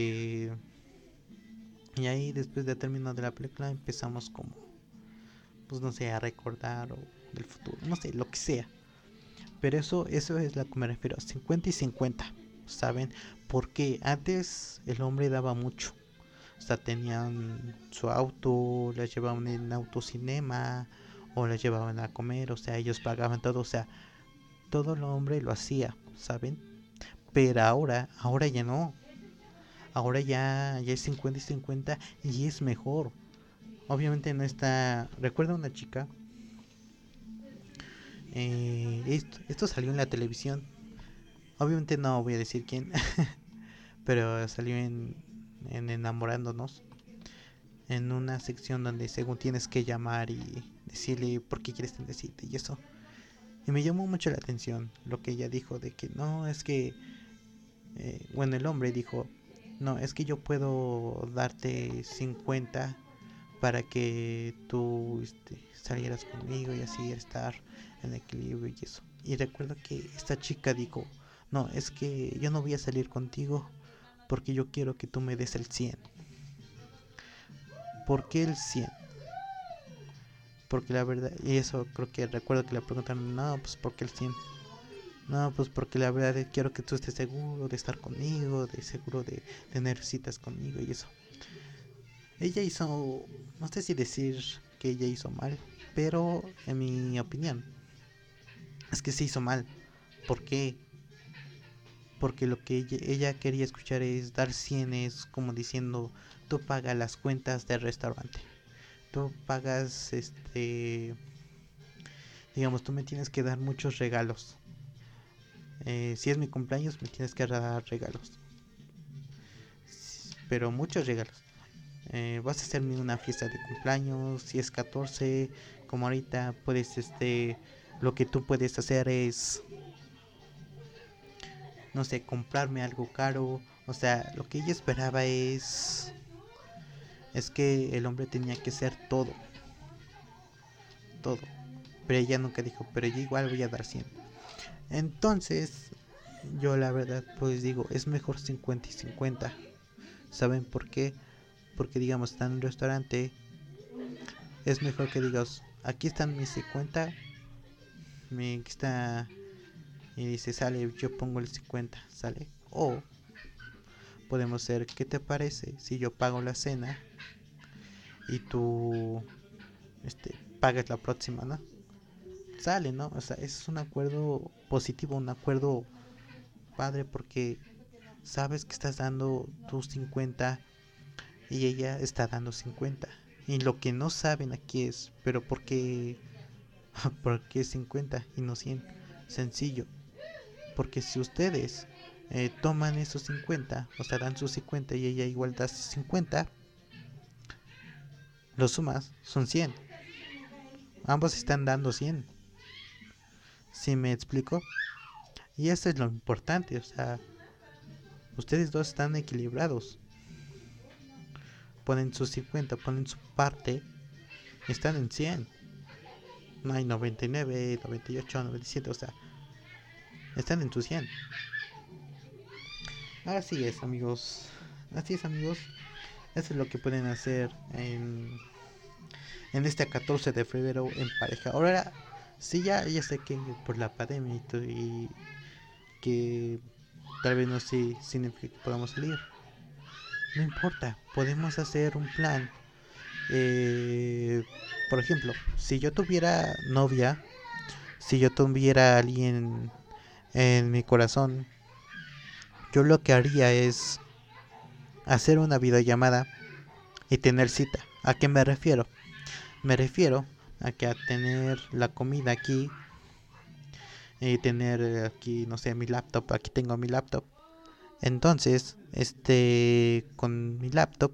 y ahí después de terminar de la película empezamos como, pues no sé, a recordar o del futuro, no sé, lo que sea. Pero eso es lo que me refiero, 50 y 50, ¿saben? Porque antes el hombre daba mucho. O sea, tenían su auto, las llevaban en autocinema o las llevaban a comer, o sea, ellos pagaban todo, o sea, todo el hombre lo hacía, ¿saben? Pero ahora ya no. Ahora ya es 50 y 50 y es mejor. Obviamente no está... Recuerdo una chica, esto salió en la televisión. Obviamente no voy a decir quién, pero salió en Enamorándonos, en una sección donde según tienes que llamar y decirle por qué quieres tener cita y eso. Y me llamó mucho la atención lo que ella dijo de que no, es que, bueno, el hombre dijo, no, es que yo puedo darte 50 para que tú salieras conmigo y así estar en equilibrio y eso. Y recuerdo que esta chica dijo, no, es que yo no voy a salir contigo porque yo quiero que tú me des el 100. ¿Por qué el 100? Porque la verdad, y eso creo que recuerdo que le preguntaron, no, pues ¿por qué el 100? No, pues porque la verdad quiero que tú estés seguro de estar conmigo, de seguro de tener citas conmigo y eso. Ella hizo, no sé si decir que ella hizo mal, pero en mi opinión es que se hizo mal. ¿Por qué? Porque lo que ella quería escuchar es dar cienes, como diciendo, tú pagas las cuentas del restaurante. Tú pagas, digamos, tú me tienes que dar muchos regalos. Si es mi cumpleaños, me tienes que dar regalos. Pero muchos regalos. Vas a hacerme una fiesta de cumpleaños, si es 14, como ahorita, puedes, lo que tú puedes hacer es, no sé, comprarme algo caro. O sea, lo que ella esperaba es que el hombre tenía que ser todo, todo. Pero ella nunca dijo, pero yo igual voy a dar 100. Entonces, yo la verdad, pues digo, es mejor 50 y 50. ¿Saben por qué? Porque digamos, está en un restaurante, es mejor que digas, aquí están mis 50, aquí está, y dice, sale, yo pongo el 50, ¿sale? O podemos hacer, ¿qué te parece si yo pago la cena y tú pagas la próxima, ¿no? Sale, ¿no? O sea, es un acuerdo positivo, un acuerdo padre porque sabes que estás dando tus 50 y ella está dando 50. Y lo que no saben aquí es, pero ¿por qué 50 y no 100? Sencillo, porque si ustedes toman esos 50, o sea, dan sus 50 y ella igual da 50, los sumas, son 100. Ambos están dando 100. ¿Sí me explico? Y eso es lo importante, o sea, ustedes dos están equilibrados. ponen su 50, ponen su parte, están en 100. No hay 99, 98, 97, o sea, están en su 100. Así es, amigos. Así es, amigos. Eso es lo que pueden hacer en este 14 de febrero en pareja. Ahora, sí, ya sé que por la pandemia y que tal vez no sí significa que podamos salir. No importa, podemos hacer un plan. Eh, por ejemplo, si yo tuviera novia, si yo tuviera alguien en mi corazón, yo lo que haría es hacer una videollamada y tener cita. ¿A qué me refiero? Me refiero a que a tener la comida aquí y tener aquí, no sé, mi laptop. Aquí tengo mi laptop. Entonces, con mi laptop,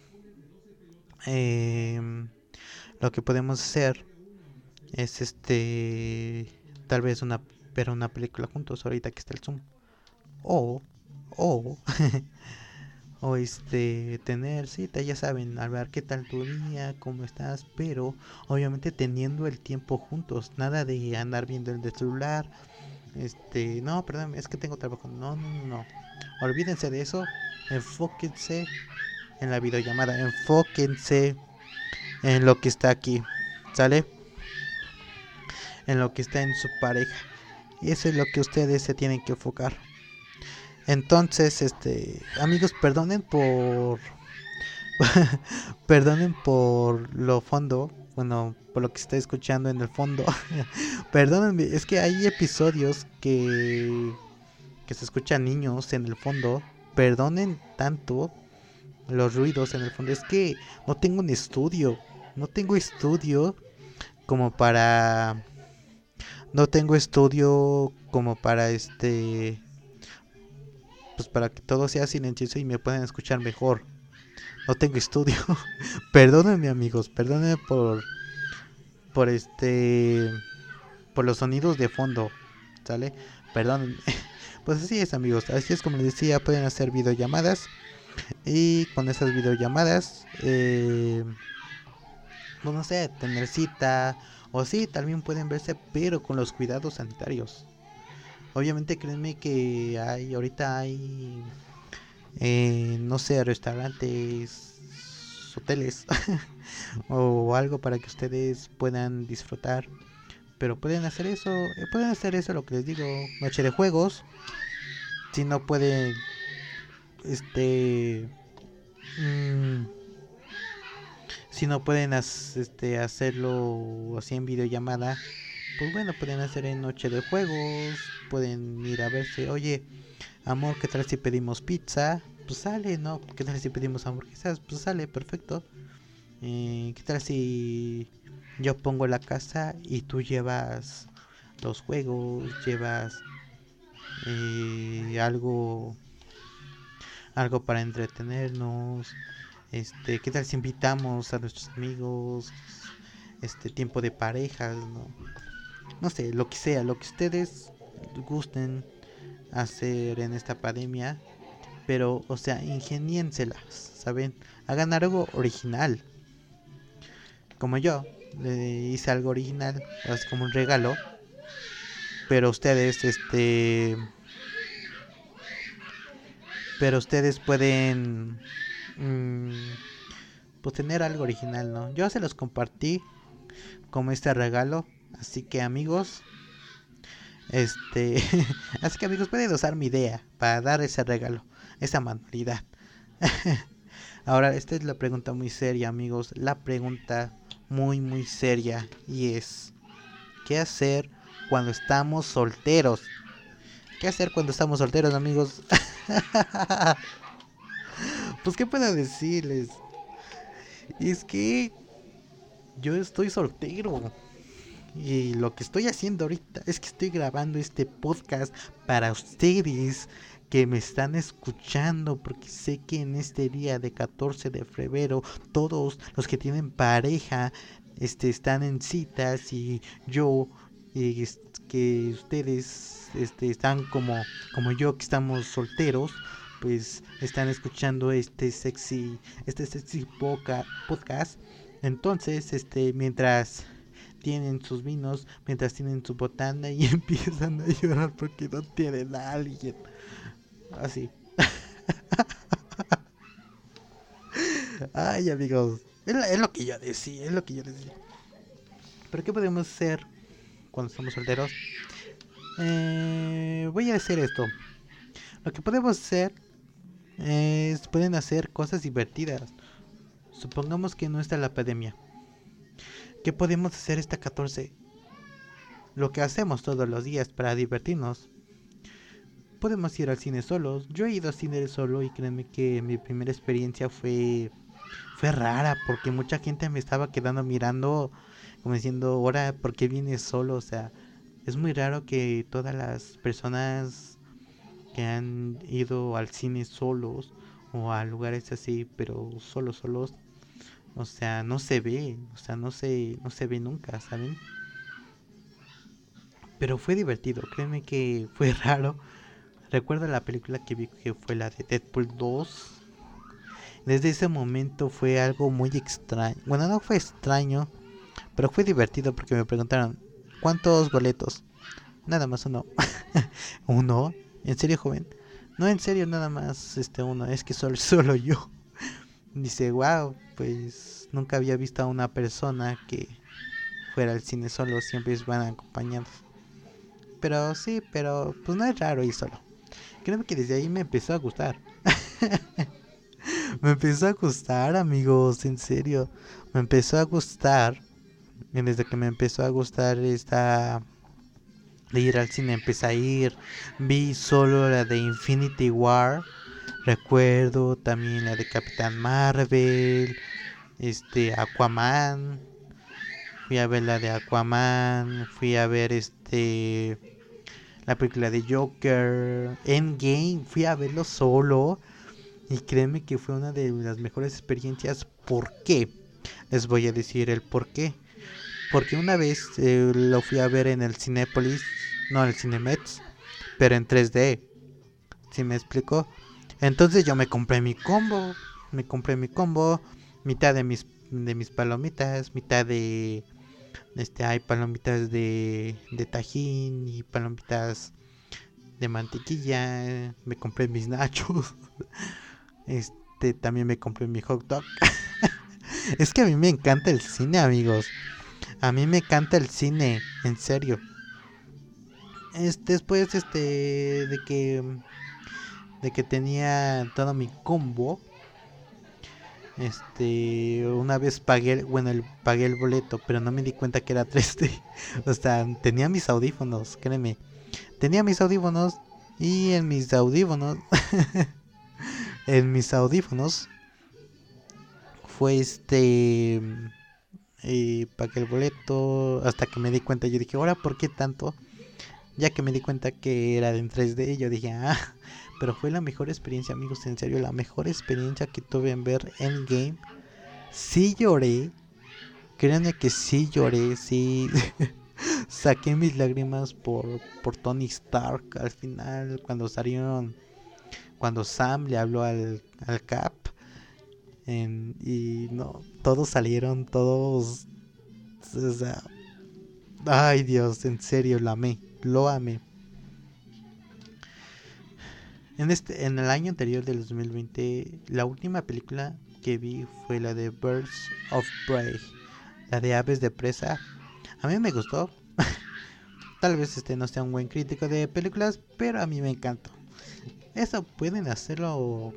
eh, lo que podemos hacer es tal vez ver una película juntos ahorita que está el Zoom. O, o o tener cita, ya saben, hablar qué tal tu día, cómo estás, pero obviamente teniendo el tiempo juntos, nada de andar viendo el de celular, no, perdón, es que tengo trabajo, no, olvídense de eso, enfóquense en la videollamada, enfóquense en lo que está aquí, ¿sale? En lo que está en su pareja, y eso es lo que ustedes se tienen que enfocar. Entonces, amigos, perdonen por perdonen por lo fondo, bueno, por lo que se está escuchando en el fondo. Perdónenme, es que hay episodios que se escuchan niños en el fondo. Perdonen tanto los ruidos en el fondo. Es que no tengo un estudio, no tengo estudio como para no tengo estudio como para pues para que todo sea silencioso y me puedan escuchar mejor. No tengo estudio. Perdónenme, amigos, perdónenme por por los sonidos de fondo, ¿sale? Perdónenme. Pues así es, amigos, así es como les decía, pueden hacer videollamadas y con esas videollamadas pues no sé, tener cita o sí, también pueden verse, pero con los cuidados sanitarios. Obviamente créanme que ahorita hay no sé, restaurantes, hoteles o algo para que ustedes puedan disfrutar. Pero pueden hacer eso lo que les digo, noche de juegos. Si no pueden, este, mm, si no pueden hacerlo así en videollamada, pues bueno, pueden hacer en noche de juegos, pueden ir a verse, oye, amor, ¿qué tal si pedimos pizza? Pues sale, ¿no? ¿Qué tal si pedimos hamburguesas? Pues sale, perfecto. ¿Qué tal si yo pongo la casa y tú llevas los juegos, llevas algo para entretenernos? ¿Qué tal si invitamos a nuestros amigos? Tiempo de parejas, ¿no? No sé, lo que sea, lo que ustedes gusten hacer en esta pandemia, pero, o sea, ingeniénselas, ¿saben? Hagan algo original. Como yo, le hice algo original, así como un regalo, pero ustedes pueden, mmm, pues tener algo original, ¿no? Yo se los compartí como este regalo, así que amigos, así que amigos, pueden usar mi idea para dar ese regalo, esa manualidad. Ahora, esta es la pregunta muy seria, amigos. La pregunta muy, muy seria. Y es, ¿qué hacer cuando estamos solteros? ¿Qué hacer cuando estamos solteros, amigos? Pues, ¿qué puedo decirles? Es que yo estoy soltero. Y lo que estoy haciendo ahorita es que estoy grabando este podcast para ustedes que me están escuchando, porque sé que en este día de 14 de febrero todos los que tienen pareja están en citas y yo que ustedes están como yo que estamos solteros, pues están escuchando este sexy podcast. Entonces, mientras tienen sus vinos, mientras tienen su botana y empiezan a llorar porque no tienen a alguien. Así. Ay, amigos, es lo que yo decía, Pero ¿qué podemos hacer cuando estamos solteros? Voy a decir esto. Lo que podemos hacer es, pueden hacer cosas divertidas. Supongamos que no está la pandemia. ¿Qué podemos hacer esta 14? Lo que hacemos todos los días para divertirnos. Podemos ir al cine solos. Yo he ido al cine solo y créanme que mi primera experiencia fue rara porque mucha gente me estaba quedando mirando como diciendo, ahora, ¿por qué vienes solo? O sea, es muy raro que todas las personas que han ido al cine solos o a lugares así, pero solos, o sea, no se ve, o sea, no se ve nunca, ¿saben? Pero fue divertido, créeme que fue raro. Recuerdo la película que vi que fue la de Deadpool 2. Desde ese momento fue algo muy extraño. Bueno, no fue extraño, pero fue divertido porque me preguntaron, ¿cuántos boletos? Nada más uno. ¿Uno? ¿En serio, joven? No, en serio, nada más uno. Es que solo yo. Dice, wow, pues nunca había visto a una persona que fuera al cine solo, siempre van acompañados. Pero sí, pero pues no es raro ir solo. Creo que desde ahí me empezó a gustar. Me empezó a gustar, amigos, en serio. Me empezó a gustar. Y desde que me empezó a gustar esta de ir al cine, empecé a ir. Vi solo la de Infinity War. Recuerdo también la de Capitán Marvel. Aquaman. Fui a ver la de Aquaman. Fui a ver la película de Joker. Endgame. Fui a verlo solo. Y créeme que fue una de las mejores experiencias. ¿Por qué? Les voy a decir el por qué. Porque una vez lo fui a ver en el Cinépolis, no en el Cinemex, pero en 3D. ¿Sí me explico? Entonces yo me compré mi combo. Mitad de mis palomitas, mitad de hay palomitas de tajín y palomitas de mantequilla. Me compré mis nachos. También me compré mi hot dog. Es que a mí me encanta el cine, amigos. A mí me encanta el cine, en serio. Después de que tenía todo mi combo, una vez pagué el boleto, pero no me di cuenta que era 3D. O sea, tenía mis audífonos, créeme. Tenía mis audífonos y en mis audífonos fue pagué el boleto hasta que me di cuenta. Yo dije, ahora, ¿por qué tanto? Ya que me di cuenta que era en 3D, yo dije, pero fue la mejor experiencia, amigos, en serio, la mejor experiencia que tuve en ver Endgame. Sí lloré, créanme que sí lloré, sí. Saqué mis lágrimas por Tony Stark al final, cuando Sam le habló al Cap. Y no, todos salieron, todos, o sea, ay Dios, en serio, lo amé. En el año anterior del 2020, la última película que vi fue la de Birds of Prey, la de Aves de Presa. A mí me gustó. Tal vez no sea un buen crítico de películas, pero a mí me encantó. Eso pueden hacerlo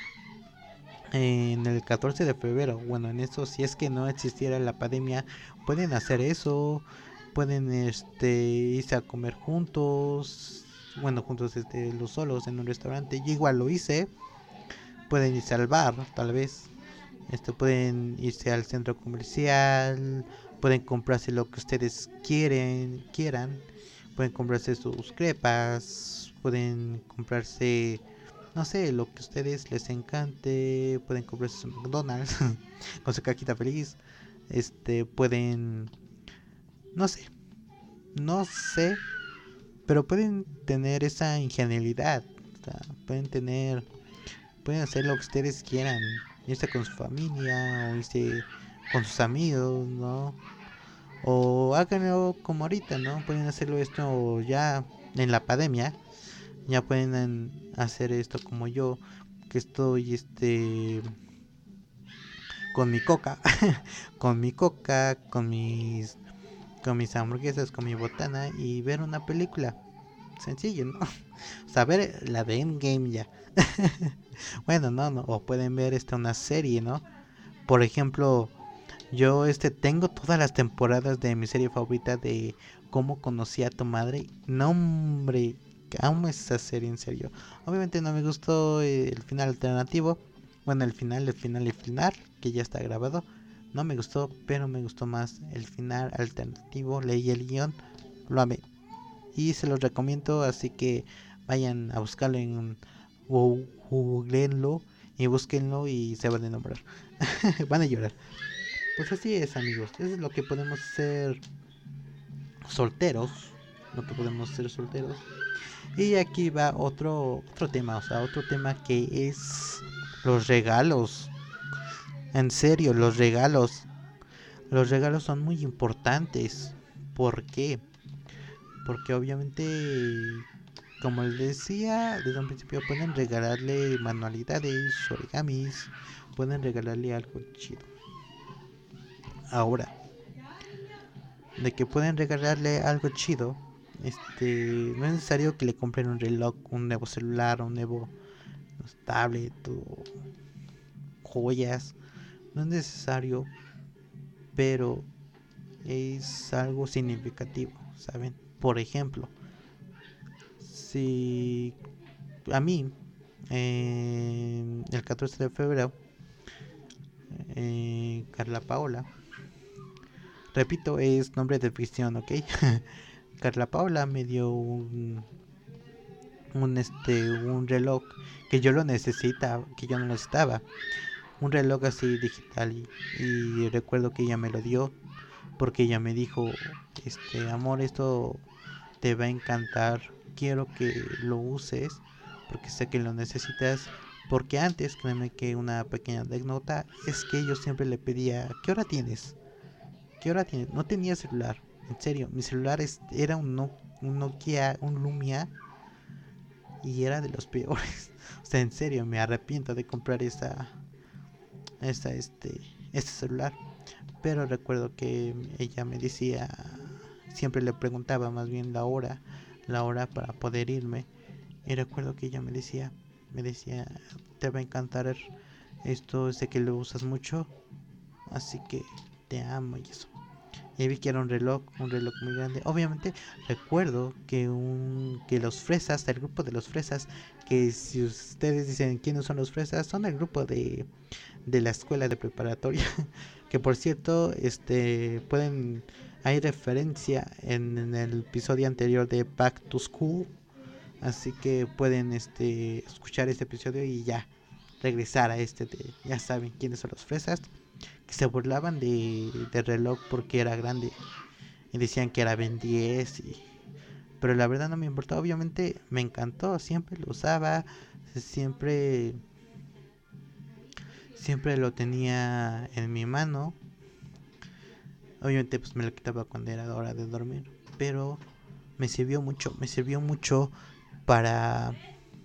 en el 14 de febrero. Bueno, en eso, si es que no existiera la pandemia, pueden hacer eso. Pueden irse a comer juntos. Bueno, juntos los solos en un restaurante. Yo igual lo hice. Pueden irse al bar, tal vez. Pueden irse al centro comercial. Pueden comprarse lo que ustedes quieran. Pueden comprarse sus crepas. Pueden comprarse, no sé, lo que a ustedes les encante. Pueden comprarse su McDonald's con su caquita feliz. Pueden, no sé, pero pueden tener esa ingenuidad. O sea, pueden tener pueden hacer lo que ustedes quieran, irse con su familia o irse con sus amigos, ¿no? O háganlo como ahorita, ¿no? Pueden hacerlo esto ya en la pandemia, ya pueden hacer esto como yo, que estoy con mi coca, con mis hamburguesas, con mi botana y ver una película. Sencillo, ¿no? O sea, ver la de Endgame ya. Bueno, no, o pueden ver una serie, ¿no? Por ejemplo, yo tengo todas las temporadas de mi serie favorita de Cómo conocí a tu madre. No, hombre, amo esa serie, en serio. Obviamente no me gustó el final alternativo. Bueno, el final, que ya está grabado. No me gustó, pero me gustó más el final alternativo. Leí el guión, lo amé. Y se los recomiendo, así que vayan a buscarlo en googleenlo y búsquenlo y se van a enamorar. Van a llorar. Pues así es, amigos. Eso es lo que podemos ser solteros. Lo que podemos ser solteros. Y aquí va otro tema. O sea, otro tema que es los regalos. En serio, los regalos. Los regalos son muy importantes. ¿Por qué? Porque obviamente, como les decía desde un principio, pueden regalarle manualidades, origamis. Pueden regalarle algo chido. Ahora, de que pueden regalarle algo chido, no es necesario que le compren un reloj, un nuevo celular, un nuevo tablet o joyas. No es necesario, pero es algo significativo, ¿saben? Por ejemplo, si a mí el 14 de febrero Carla Paola, repito, es nombre de ficción, ¿ok? Carla Paola me dio un reloj que yo lo necesitaba, que yo no necesitaba, un reloj así digital, y recuerdo que ella me lo dio porque ella me dijo, amor, esto te va a encantar, quiero que lo uses porque sé que lo necesitas. Porque antes, créeme que una pequeña anécdota es que yo siempre le pedía, ¿qué hora tienes? ¿Qué hora tienes? No tenía celular, en serio, mi celular era un Nokia, un Lumia, y era de los peores. O sea, en serio, me arrepiento de comprar este celular. Pero recuerdo que ella me decía, siempre le preguntaba más bien la hora para poder irme. Y recuerdo que ella me decía, te va a encantar esto, sé que lo usas mucho, así que te amo y eso. Y vi que era un reloj muy grande. Obviamente recuerdo que los fresas, el grupo de los fresas, que si ustedes dicen quiénes son los fresas, son el grupo de la escuela de preparatoria. Que por cierto, hay referencia en el episodio anterior de Back to School. Así que pueden escuchar este episodio y ya regresar a ya saben quiénes son los fresas, que se burlaban de reloj porque era grande y decían que era Ben 10 pero la verdad no me importó, obviamente me encantó, siempre lo usaba, siempre siempre lo tenía en mi mano. Obviamente pues me lo quitaba cuando era hora de dormir, pero me sirvió mucho para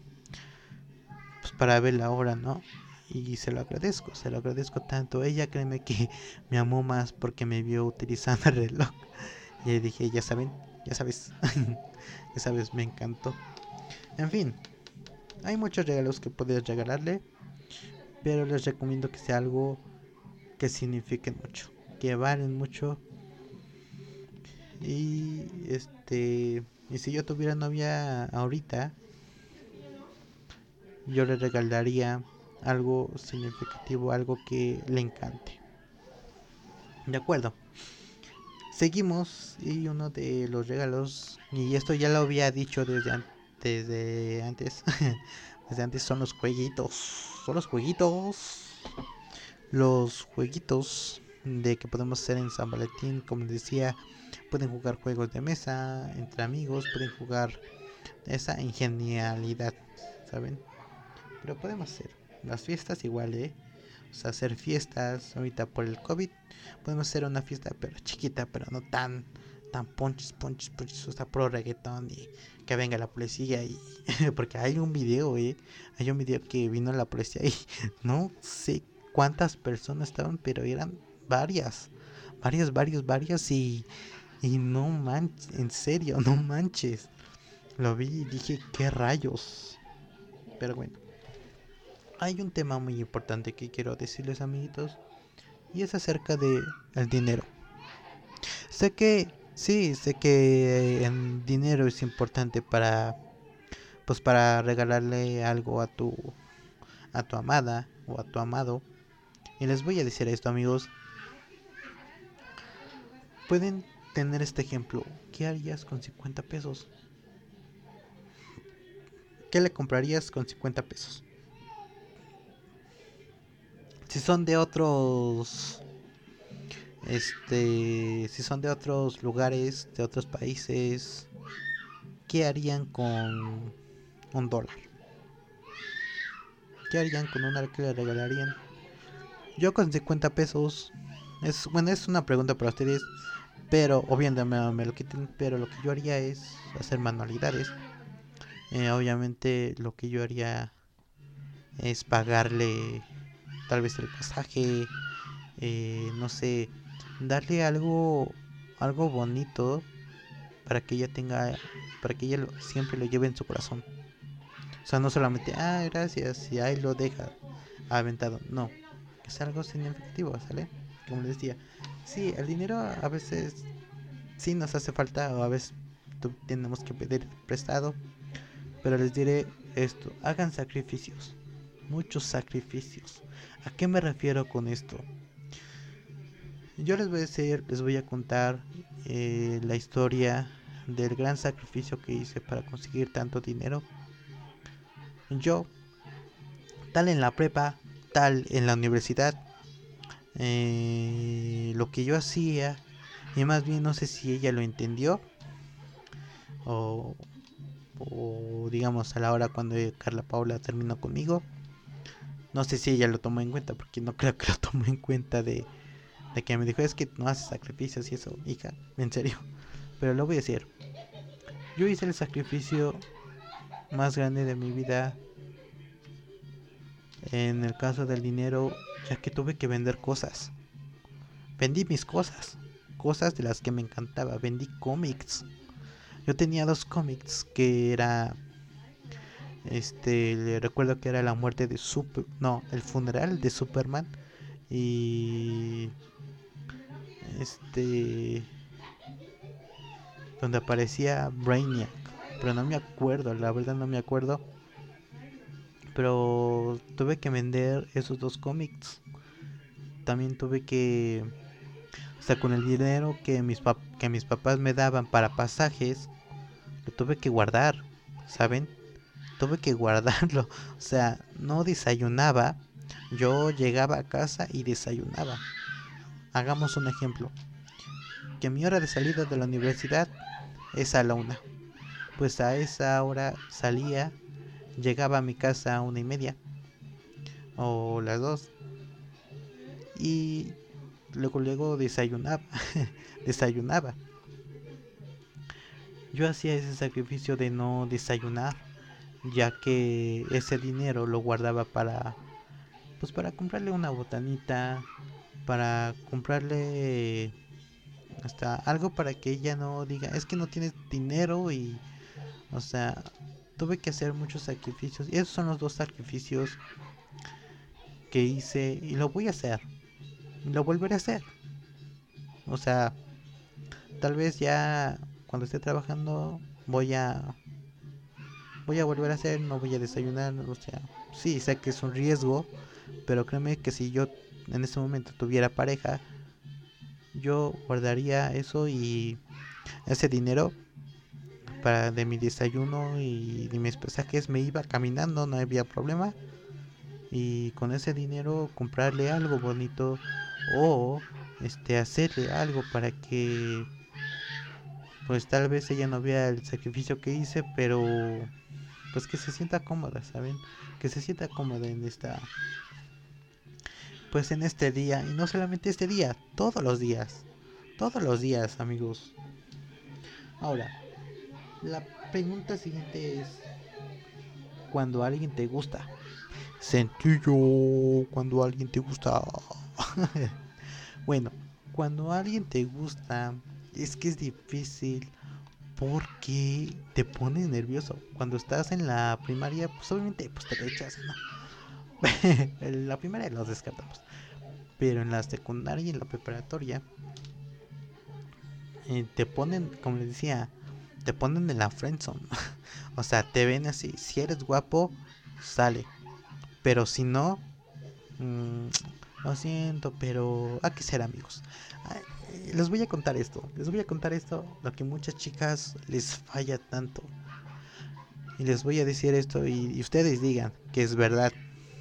para ver la hora, ¿no? Y se lo agradezco tanto. Ella, créeme que me amó más porque me vio utilizando el reloj. Y le dije, ya sabes, ya sabes, me encantó. En fin, hay muchos regalos que puedes regalarle, pero les recomiendo que sea algo que signifique mucho, que valen mucho. Y y si yo tuviera novia ahorita, yo le regalaría algo significativo, algo que le encante. De acuerdo. Seguimos y uno de los regalos, y esto ya lo había dicho desde antes, desde antes son los jueguitos. Son los jueguitos de que podemos hacer en San Valentín. Como les decía, pueden jugar juegos de mesa entre amigos, pueden jugar esa ingenialidad, ¿saben? Pero podemos hacer. Las fiestas igual, o sea, hacer fiestas ahorita por el COVID. Podemos hacer una fiesta pero chiquita, pero no tan ponches, o sea, pro reggaetón y que venga la policía y porque hay un video, que vino la policía y no sé cuántas personas estaban, pero eran varias y no manches, en serio, no manches. Lo vi y dije, ¿qué rayos? Pero bueno, hay un tema muy importante que quiero decirles, amiguitos, y es acerca de el dinero. Sé que sí, sé que el dinero es importante para regalarle algo a tu amada o a tu amado. Y les voy a decir esto, amigos. Pueden tener este ejemplo. ¿Qué harías con 50 pesos? ¿Qué le comprarías con 50 pesos? Si son de otros si son de otros lugares, de otros países, ¿qué harían con un dólar? ¿Qué harían con un dólar que le regalarían? Yo con 50 pesos, es una pregunta para ustedes, pero obviamente me lo quiten, pero lo que yo haría es hacer manualidades. Obviamente lo que yo haría es pagarle tal vez el pasaje, no sé, darle algo bonito para que ella tenga, para que ella siempre lo lleve en su corazón. O sea, no solamente, gracias, y ahí lo deja aventado. No, es algo significativo, ¿sale? Como les decía, sí, el dinero a veces sí nos hace falta, o a veces tenemos que pedir prestado, pero les diré esto, hagan sacrificios, muchos sacrificios. ¿A qué me refiero con esto? Yo les voy a contar la historia del gran sacrificio que hice para conseguir tanto dinero. Yo, tal en la prepa, tal en la universidad, lo que yo hacía, y más bien no sé si ella lo entendió, o, o digamos a la hora cuando Carla Paula terminó conmigo, no sé si ella lo tomó en cuenta, porque no creo que lo tomó en cuenta de que me dijo, es que no haces sacrificios y eso, hija, en serio. Pero lo voy a decir, yo hice el sacrificio más grande de mi vida en el caso del dinero, ya que tuve que vender cosas. Vendí mis cosas, cosas de las que me encantaba. Vendí cómics. Yo tenía 2 cómics que era, le recuerdo que era la muerte de el funeral de Superman y donde aparecía Brainiac, pero no me acuerdo, la verdad no me acuerdo. Pero tuve que vender esos 2 cómics. También tuve que, o sea, con el dinero que mis papás me daban para pasajes, lo tuve que guardar, ¿saben? Tuve que guardarlo. O sea, no desayunaba. Yo llegaba a casa y desayunaba. Hagamos un ejemplo. Que mi hora de salida de la universidad es a la 1. Pues a esa hora salía, llegaba a mi casa a 1:30 o las 2 y luego desayunaba. desayunaba. Yo hacía ese sacrificio de no desayunar, ya que ese dinero lo guardaba para comprarle una botanita, para comprarle hasta algo para que ella no diga, es que no tienes dinero y, o sea, tuve que hacer muchos sacrificios y esos son los 2 sacrificios que hice y lo voy a hacer, lo volveré a hacer. O sea, tal vez ya cuando esté trabajando voy a volver a hacer, no voy a desayunar, o sea, sí, sé que es un riesgo, pero créeme que si yo en ese momento tuviera pareja, yo guardaría eso y ese dinero de mi desayuno y de mis pasajes me iba caminando, no había problema, y con ese dinero comprarle algo bonito o hacerle algo para que pues tal vez ella no vea el sacrificio que hice, pero pues que se sienta cómoda, ¿saben? que se sienta cómoda en esta, pues en este día, y no solamente este día, todos los días, amigos. Ahora, la pregunta siguiente es, cuando alguien te gusta. Sencillo, cuando alguien te gusta. Bueno, cuando alguien te gusta, es que es difícil porque te pones nervioso. Cuando estás en la primaria, pues obviamente pues te rechazan, ¿no? En la primaria los descartamos. Pero en la secundaria y en la preparatoria, te ponen, como les decía, te ponen en la friendzone. O sea, te ven así. Si eres guapo, sale. Pero si no, mmm, lo siento, pero hay que ser amigos. Ay, les voy a contar esto. Les voy a contar esto, lo que muchas chicas les falla tanto. Y les voy a decir esto y ustedes digan que es verdad.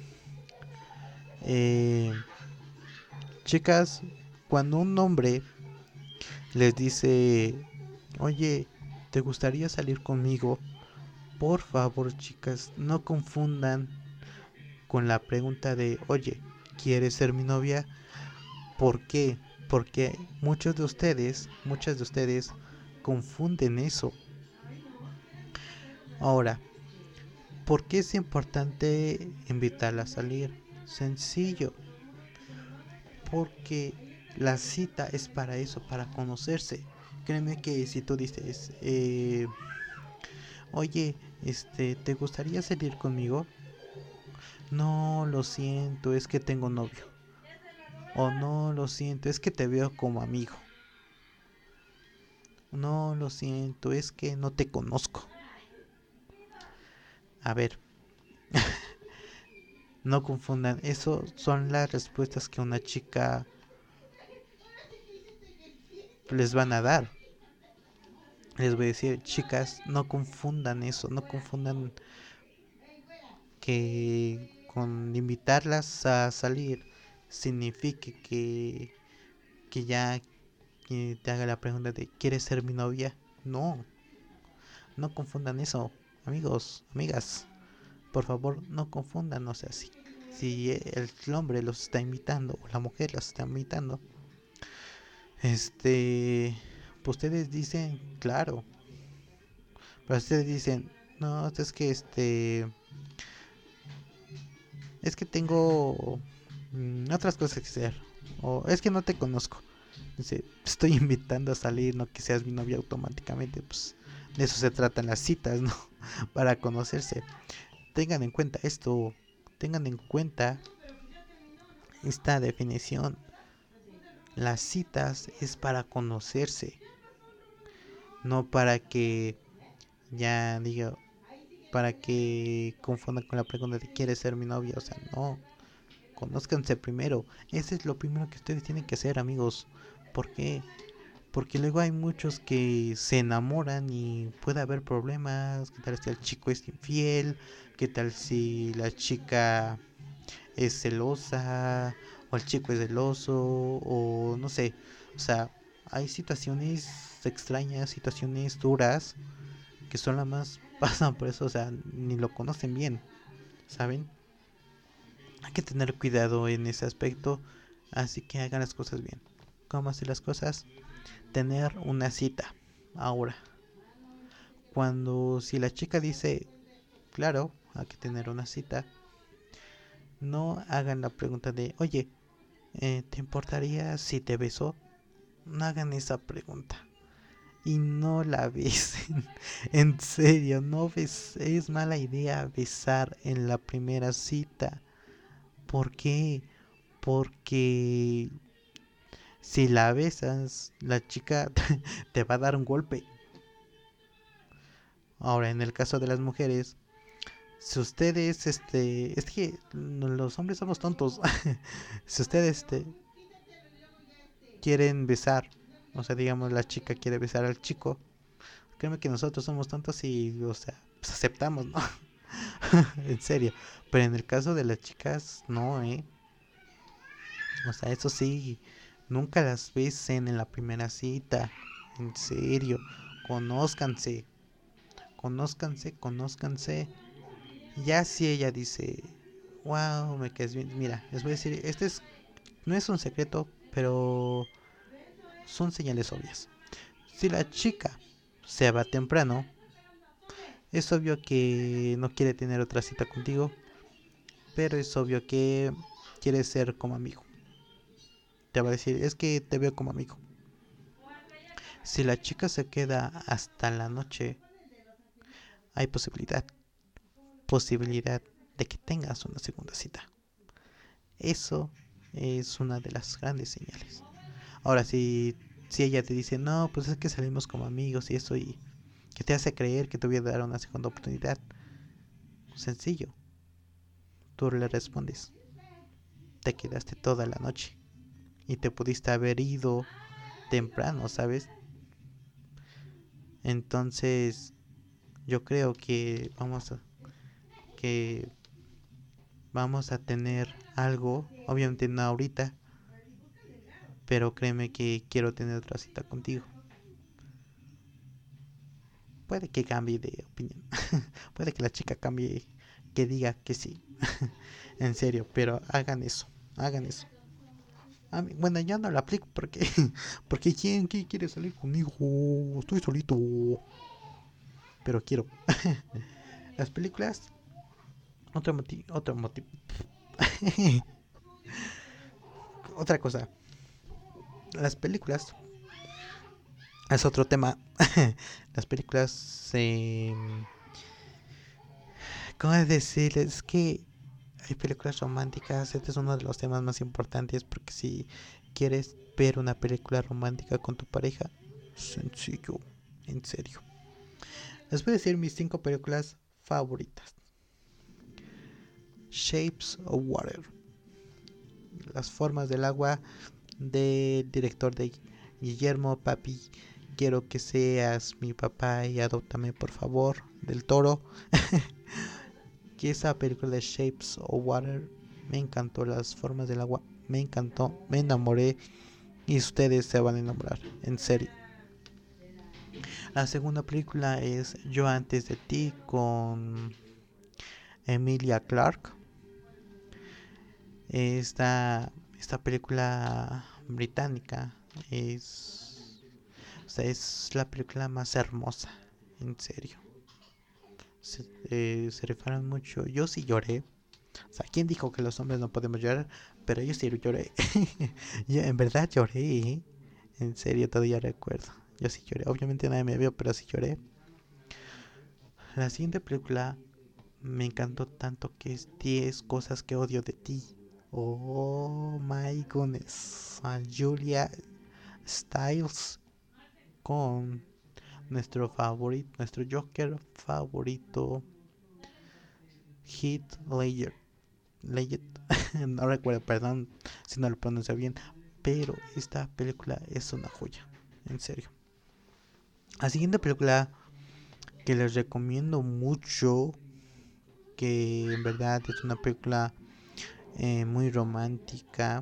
Eh, Chicas, cuando un hombre les dice, oye, ¿te gustaría salir conmigo? Por favor, chicas, no confundan con la pregunta de, oye, ¿quieres ser mi novia? ¿Por qué? Porque muchas de ustedes confunden eso. Ahora, ¿por qué es importante invitarla a salir? Sencillo, porque la cita es para eso, para conocerse. Créeme que si tú dices, oye, ¿te gustaría salir conmigo? No, lo siento, es que tengo novio. O no, lo siento, es que te veo como amigo. No, lo siento, es que no te conozco. A ver, no confundan, eso son las respuestas que una chica les van a dar. Les voy a decir, chicas, no confundan eso, no confundan que con invitarlas a salir signifique que ya que te haga la pregunta de ¿quieres ser mi novia? No, no confundan eso, amigos, amigas. Por favor, no confundan, o sea, si el hombre los está invitando o la mujer los está invitando, pues ustedes dicen, claro, pero ustedes dicen, no, es que tengo otras cosas que hacer, o es que no te conozco. Dice, estoy invitando a salir, no que seas mi novia automáticamente, pues de eso se tratan las citas, ¿no? Para conocerse. Tengan en cuenta esto, tengan en cuenta esta definición. Las citas es para conocerse, no para que ya diga, para que confundan con la pregunta de ¿quieres ser mi novia? O sea, no, conózcanse primero. Ese es lo primero que ustedes tienen que hacer, amigos. ¿Por qué? Porque luego hay muchos que se enamoran y puede haber problemas. ¿Qué tal si el chico es infiel? ¿Qué tal si la chica es celosa? ¿O el chico es celoso? O no sé. O sea, hay situaciones extrañas, situaciones duras que solo más pasan por eso. O sea, ni lo conocen bien, ¿saben? Hay que tener cuidado en ese aspecto. Así que hagan las cosas bien. ¿Cómo hacer las cosas? Tener una cita. Ahora, cuando si la chica dice, claro, hay que tener una cita, no hagan la pregunta de, oye, ¿te importaría si te beso? No hagan esa pregunta. Y no la besen. En serio, no es mala idea besar en la primera cita. ¿Por qué? Porque si la besas, la chica te va a dar un golpe. Ahora, en el caso de las mujeres, si ustedes, es que los hombres somos tontos. Si ustedes, quieren besar, o sea, digamos, la chica quiere besar al chico, créeme que nosotros somos tontos y, o sea, pues aceptamos, ¿no? En serio. Pero en el caso de las chicas, no, ¿eh? O sea, eso sí, nunca las besen en la primera cita. En serio, conózcanse, conózcanse, conózcanse. Ya si ella dice, wow, me caes bien, mira, les voy a decir, no es un secreto, pero son señales obvias. Si la chica se va temprano, es obvio que no quiere tener otra cita contigo, pero es obvio que quiere ser como amigo. Te va a decir, es que te veo como amigo. Si la chica se queda hasta la noche, hay posibilidad de que tengas una segunda cita. Eso es una de las grandes señales. Ahora, si ella te dice, no, pues es que salimos como amigos y eso, y que te hace creer que te voy a dar una segunda oportunidad, sencillo, tú le respondes, te quedaste toda la noche y te pudiste haber ido temprano, ¿sabes? Entonces, yo creo que vamos a tener algo, obviamente no ahorita, pero créeme que quiero tener otra cita contigo. Puede que cambie de opinión. Puede que la chica cambie, que diga que sí. En serio, pero hagan eso. Hagan eso. Bueno, ya no lo aplico porque porque ¿quién quiere salir conmigo? Estoy solito. Pero quiero. Las películas, otro motivo. Otra cosa. Las películas es otro tema. Las películas, ¿cómo decir? Es que hay películas románticas. Este es uno de los temas más importantes porque si quieres ver una película romántica con tu pareja, sencillo, en serio. Les voy a decir mis 5 películas favoritas. Shapes of Water, Las formas del agua, del director de Guillermo Papi. Quiero que seas mi papá y adóptame por favor, del Toro. Que esa película de Shapes of Water me encantó, las formas del agua me encantó, me enamoré y ustedes se van a enamorar, en serio. La segunda película es Yo antes de ti con Emilia Clarke. Esta película británica o sea, es la película más hermosa, en serio. Se rifaron mucho. Yo sí lloré. O sea, ¿quién dijo que los hombres no podemos llorar? Pero yo sí lloré. Yo en verdad lloré, ¿eh? En serio, todavía recuerdo. Yo sí lloré. Obviamente nadie me vio, pero sí lloré. La siguiente película me encantó tanto que es 10 cosas que odio de ti. Oh my goodness. A Julia Stiles con nuestro Joker favorito, Heath Ledger. No recuerdo, perdón si no lo pronuncio bien, pero esta película es una joya, en serio. La siguiente película que les recomiendo mucho, que en verdad es una película muy romántica,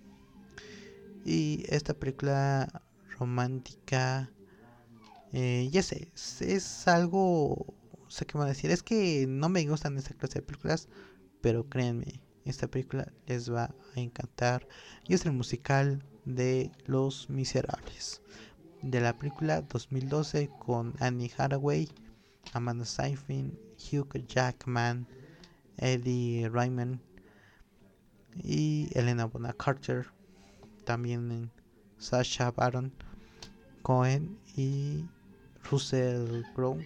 y esta película romántica, ya sé, es algo, sé qué van a decir, es que no me gustan esta clase de películas, pero créanme, esta película les va a encantar. Y es el musical de Los Miserables, de la película 2012 con Annie Hathaway, Amanda Seyfried, Hugh Jackman, Eddie Redmayne y Helena Bonham Carter, también en Sacha Baron Cohen y Russell Crowe.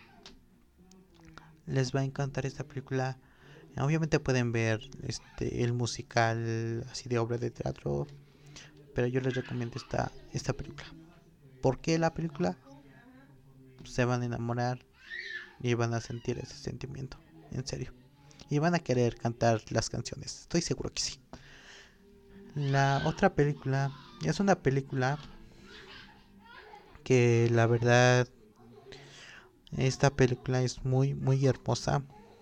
Les va a encantar esta película. Obviamente pueden ver el musical así de obra de teatro, pero yo les recomiendo esta película. ¿Por qué la película? Se van a enamorar y van a sentir ese sentimiento, en serio. Y van a querer cantar las canciones, estoy seguro que sí. La otra película es una película que la verdad, esta película es muy, muy hermosa.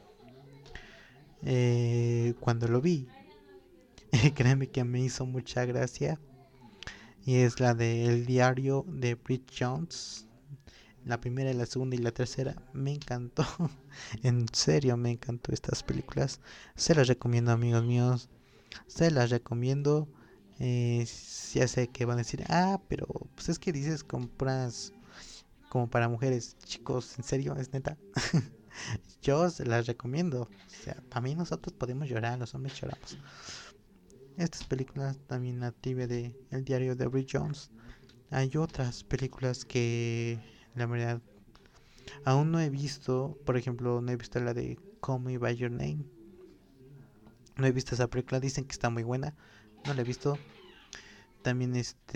Cuando lo vi, créeme que me hizo mucha gracia. Y es la de El diario de Bridget Jones, la primera, la segunda y la tercera me encantó. En serio, me encantó estas películas. Se las recomiendo, amigos míos. Se las recomiendo. Ya sé que van a decir, pero pues es que dices compras como para mujeres. Chicos, en serio, es neta. Yo se las recomiendo. O sea, para mí nosotros podemos llorar, los hombres lloramos. Estas películas, también la trivia de El diario de Bridget Jones. Hay otras películas que la verdad aún no he visto. Por ejemplo, no he visto la de Call Me By Your Name. No he visto esa película, dicen que está muy buena. No la he visto. También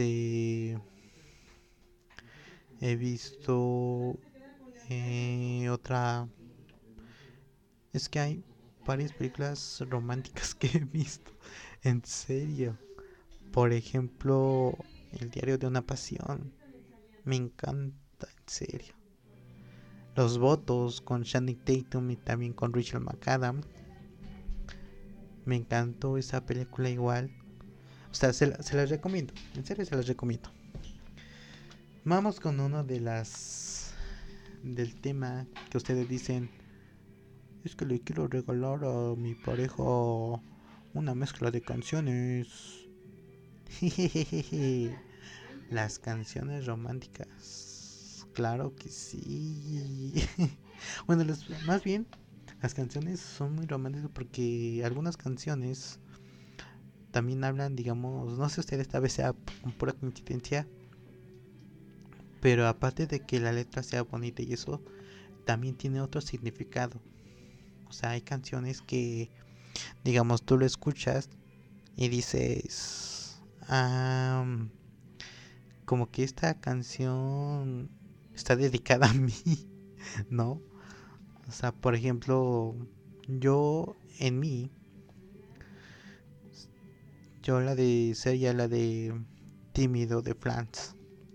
he visto otra. Es que hay varias películas románticas que he visto. En serio. Por ejemplo, El diario de una pasión. Me encanta, en serio. Los votos con Channing Tatum y también con Rachel McAdams. Me encantó esa película igual. O sea, se las recomiendo. En serio, se las recomiendo. Vamos con uno de las del tema que ustedes dicen. Es que le quiero regalar a mi pareja una mezcla de canciones. Las canciones románticas. Claro que sí. Bueno, más bien, las canciones son muy románticas porque algunas canciones también hablan, digamos, no sé ustedes, esta vez sea pura coincidencia, pero aparte de que la letra sea bonita y eso, también tiene otro significado. O sea, hay canciones que, digamos, tú lo escuchas y dices, como que esta canción está dedicada a mí, ¿no? O sea, por ejemplo, yo en mí, yo sería la de Tímido de Flans.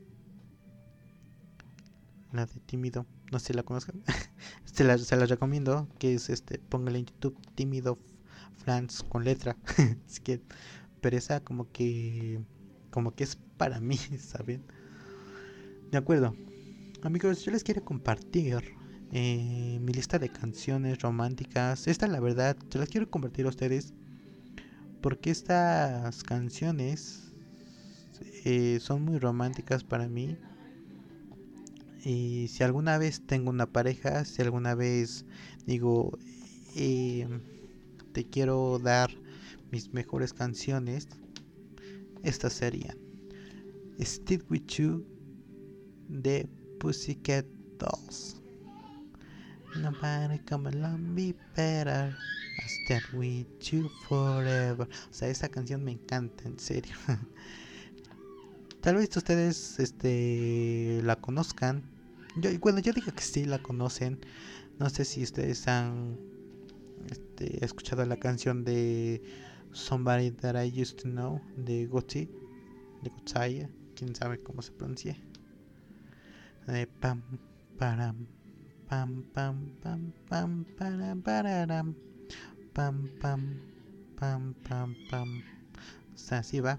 La de Tímido, no sé si la conozcan. se la recomiendo, que es póngale en YouTube Tímido Flans con letra. Así que, pero esa como que es para mí, ¿saben? De acuerdo. Amigos, yo les quiero compartir mi lista de canciones románticas. Esta, la verdad, se las quiero compartir a ustedes porque estas canciones son muy románticas para mí. Y si alguna vez tengo una pareja, si alguna vez digo, te quiero dar mis mejores canciones, estas serían Stick With You de Pussycat Dolls. Nobody come along me better. I stay with you forever. O sea, esa canción me encanta, en serio. Tal vez ustedes la conozcan. Yo digo que sí la conocen. No sé si ustedes han escuchado la canción de Somebody That I Used to Know de Gotye, de Gotye, quién sabe cómo se pronuncia. Pam, param, pam, pam, pam, pam, param, pararam, pam, pam, pam, pam, pam. O sea, así va.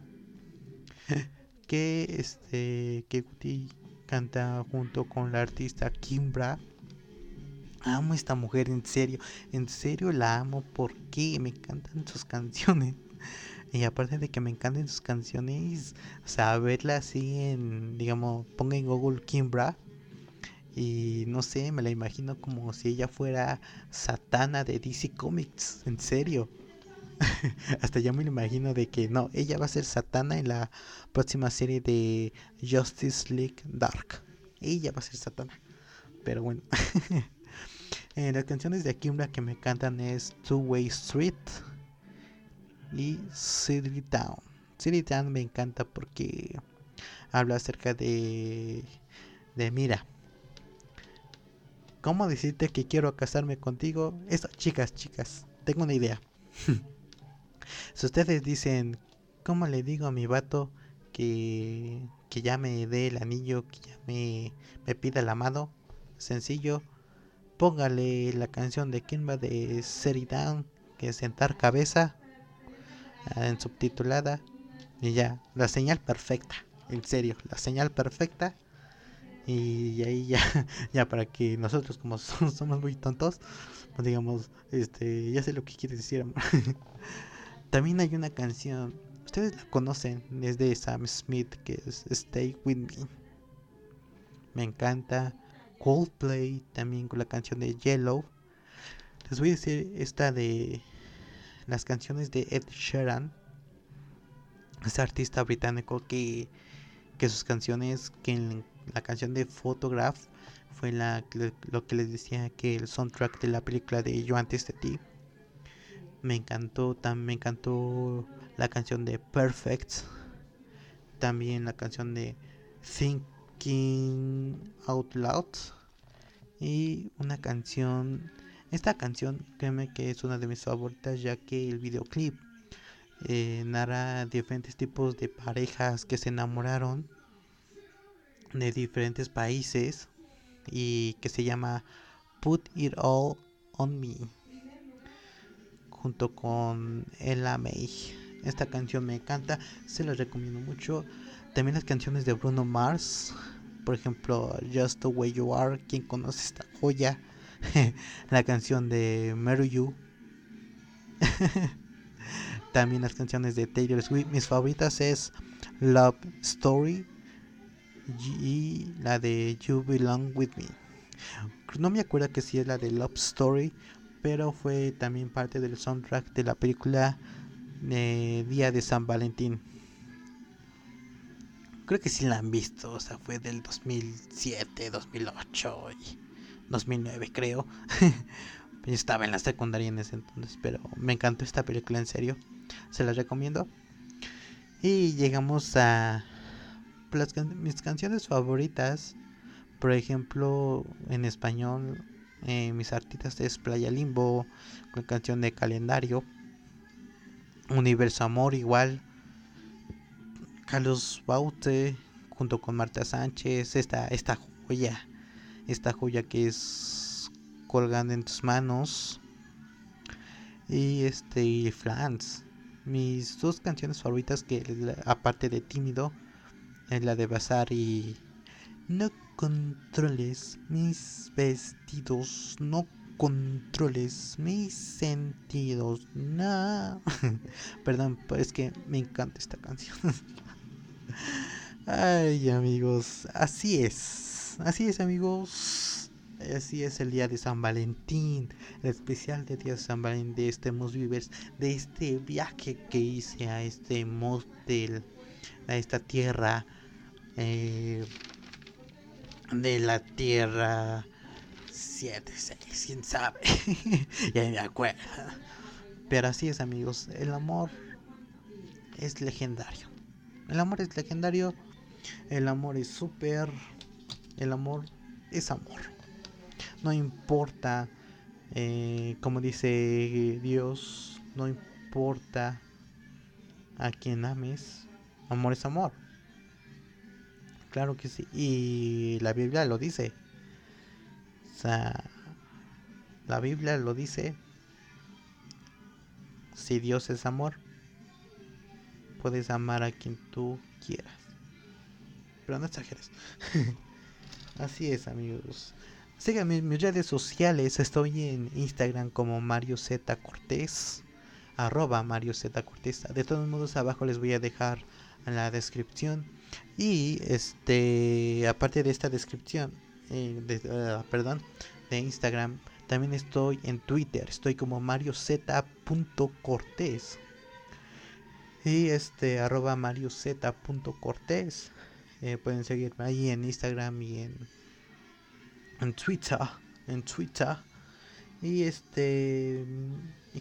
Que Guti canta junto con la artista Kimbra. Amo a esta mujer, en serio la amo porque me encantan sus canciones. Y aparte de que me encantan sus canciones, o sea, verla así digamos, ponga en Google Kimbra y no sé, me la imagino como si ella fuera Satana de DC Comics, en serio. Hasta ya me lo imagino de que no, ella va a ser Satana en la próxima serie de Justice League Dark. Ella va a ser Satana. Pero bueno. Las canciones de Kimbra que me encantan es Two Way Street y City Town. City Town me encanta porque habla acerca mira, ¿cómo decirte que quiero casarme contigo? Eso, chicas, tengo una idea. Si ustedes dicen, ¿cómo le digo a mi vato que ya me dé el anillo, que ya me pida el amado? Sencillo, póngale la canción de Kimba de Set It Down, que es sentar cabeza, en subtitulada, y ya, la señal perfecta, en serio, la señal perfecta. Y ahí ya, ya para que nosotros como somos muy tontos, pues digamos, ya sé lo que quiere decir, amor. También hay una canción, ustedes la conocen, es de Sam Smith, que es Stay With Me. Me encanta. Coldplay, también con la canción de Yellow. Les voy a decir esta de las canciones de Ed Sheeran, este artista británico que sus canciones, que en la canción de Photograph fue lo que les decía que el soundtrack de la película de Yo antes de ti. Me encantó, también me encantó la canción de Perfect, también la canción de Thinking Out Loud y esta canción créeme que es una de mis favoritas ya que el videoclip narra diferentes tipos de parejas que se enamoraron de diferentes países y que se llama Put It All On Me junto con Ella May. Esta canción me encanta, se la recomiendo mucho. También las canciones de Bruno Mars, por ejemplo Just the Way You Are, quien conoce esta joya. La canción de Marry You. También las canciones de Taylor Swift. Mis favoritas es Love Story y la de You Belong With Me. No me acuerdo que si es la de Love Story, pero fue también parte del soundtrack de la película Día de San Valentín. Creo que sí la han visto, o sea, fue del 2007, 2008 y 2009 creo. Yo estaba en la secundaria en ese entonces, pero me encantó esta película, en serio. Se la recomiendo. Y llegamos a mis canciones favoritas. Por ejemplo, en español, mis artistas es Playa Limbo, con canción de Calendario. Universo Amor igual. Carlos Baute, junto con Marta Sánchez. Esta joya que es Colgando en tus manos. Y Flans. Mis dos canciones favoritas, que aparte de Tímido, es la de Bazar y No controles mis vestidos, no controles mis sentidos, no. Perdón, pero es que me encanta esta canción. Ay, amigos, así es, amigos. Así es el día de San Valentín, el especial de día de San Valentín de este Mosvivers, de este viaje que hice a este motel, a esta tierra, de la Tierra 7-6, quién sabe. Ya me acuerdo. Pero así es, amigos, el amor es legendario. El amor es legendario, el amor es súper, el amor es amor. No importa, como dice Dios, no importa a quien ames, amor es amor. Claro que sí, y la Biblia lo dice. O sea, la Biblia lo dice. Si Dios es amor, puedes amar a quien tú quieras. Pero no exageres. Así es, amigos. Síganme en mis redes sociales. Estoy en Instagram como Mario Z Cortés. @Mario Z Cortés. De todos modos, abajo les voy a dejar en la descripción. Y aparte de esta descripción, de Instagram, también estoy en Twitter. Estoy como marioz.cortés. Y @marioz.cortés. Pueden seguirme ahí en Instagram y en Twitter. En Twitter. Y y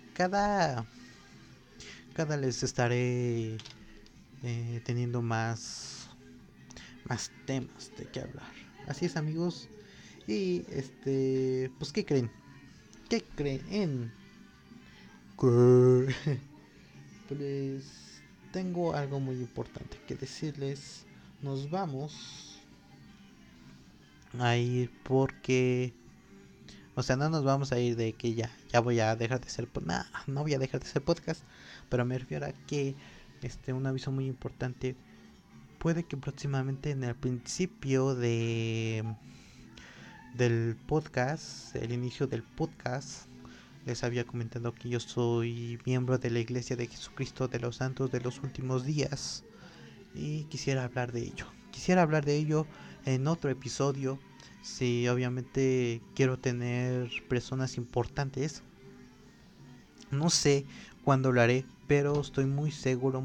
cada les estaré teniendo más temas de qué hablar. Así es, amigos. Y pues ¿qué creen? ¿Qué creen? Pues tengo algo muy importante que decirles. Nos vamos a ir porque, o sea, no nos vamos a ir de que ya voy a dejar de hacer no voy a dejar de hacer podcast, pero me refiero a que un aviso muy importante, puede que próximamente en el principio del podcast, el inicio del podcast, les había comentado que yo soy miembro de la Iglesia de Jesucristo de los Santos de los Últimos Días y quisiera hablar de ello. Quisiera hablar de ello en otro episodio. Sí, obviamente quiero tener personas importantes. No sé cuándo lo haré, pero estoy muy seguro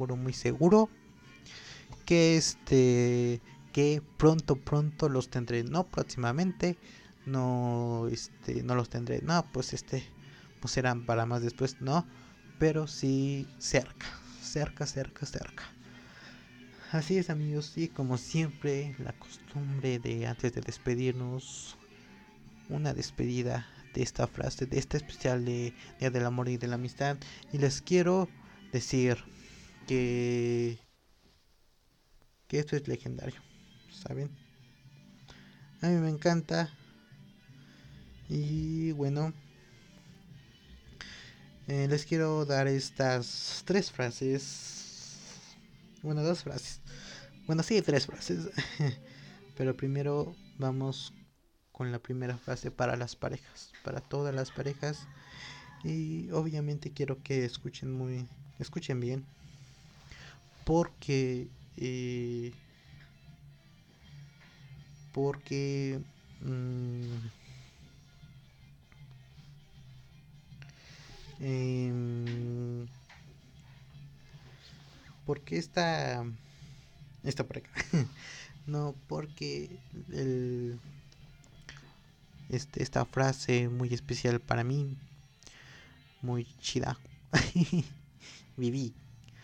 que pronto los tendré. No próximamente, no no los tendré. No, pues serán para más después, no, pero sí cerca. Así es, amigos, y como siempre, la costumbre de antes de despedirnos, una despedida de esta frase, de este especial de Día del Amor y de la Amistad. Y les quiero decir que, que esto es legendario, ¿saben? A mí me encanta. Y bueno, les quiero dar estas tres frases. Bueno, dos frases. Bueno, sí, tres frases. Pero primero vamos con la primera frase para las parejas, para todas las parejas. Y obviamente quiero que escuchen bien, porque eh, porque mmm, eh, porque esta pareja no, porque esta frase muy especial para mí, muy chida. Viví,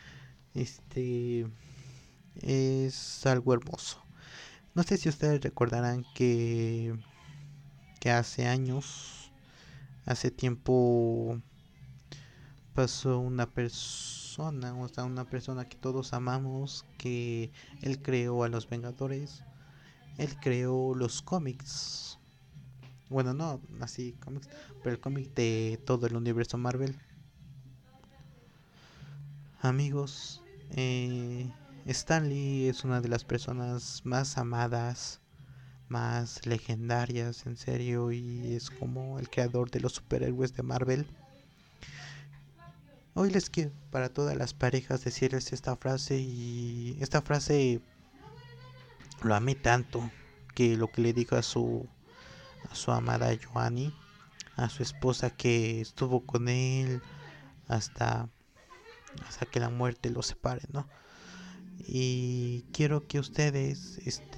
es algo hermoso. No sé si ustedes recordarán que hace años, hace tiempo, pasó una persona que todos amamos, que él creó a los Vengadores, él creó los cómics. Bueno, no así cómics, pero el cómic de todo el universo Marvel. Amigos, Stan Lee es una de las personas más amadas, más legendarias, en serio, y es como el creador de los superhéroes de Marvel. Hoy les quiero para todas las parejas decirles esta frase, y esta frase lo amé tanto que lo que le dijo a su amada Joanny, a su esposa que estuvo con él hasta que la muerte los separe, ¿no? Y quiero que ustedes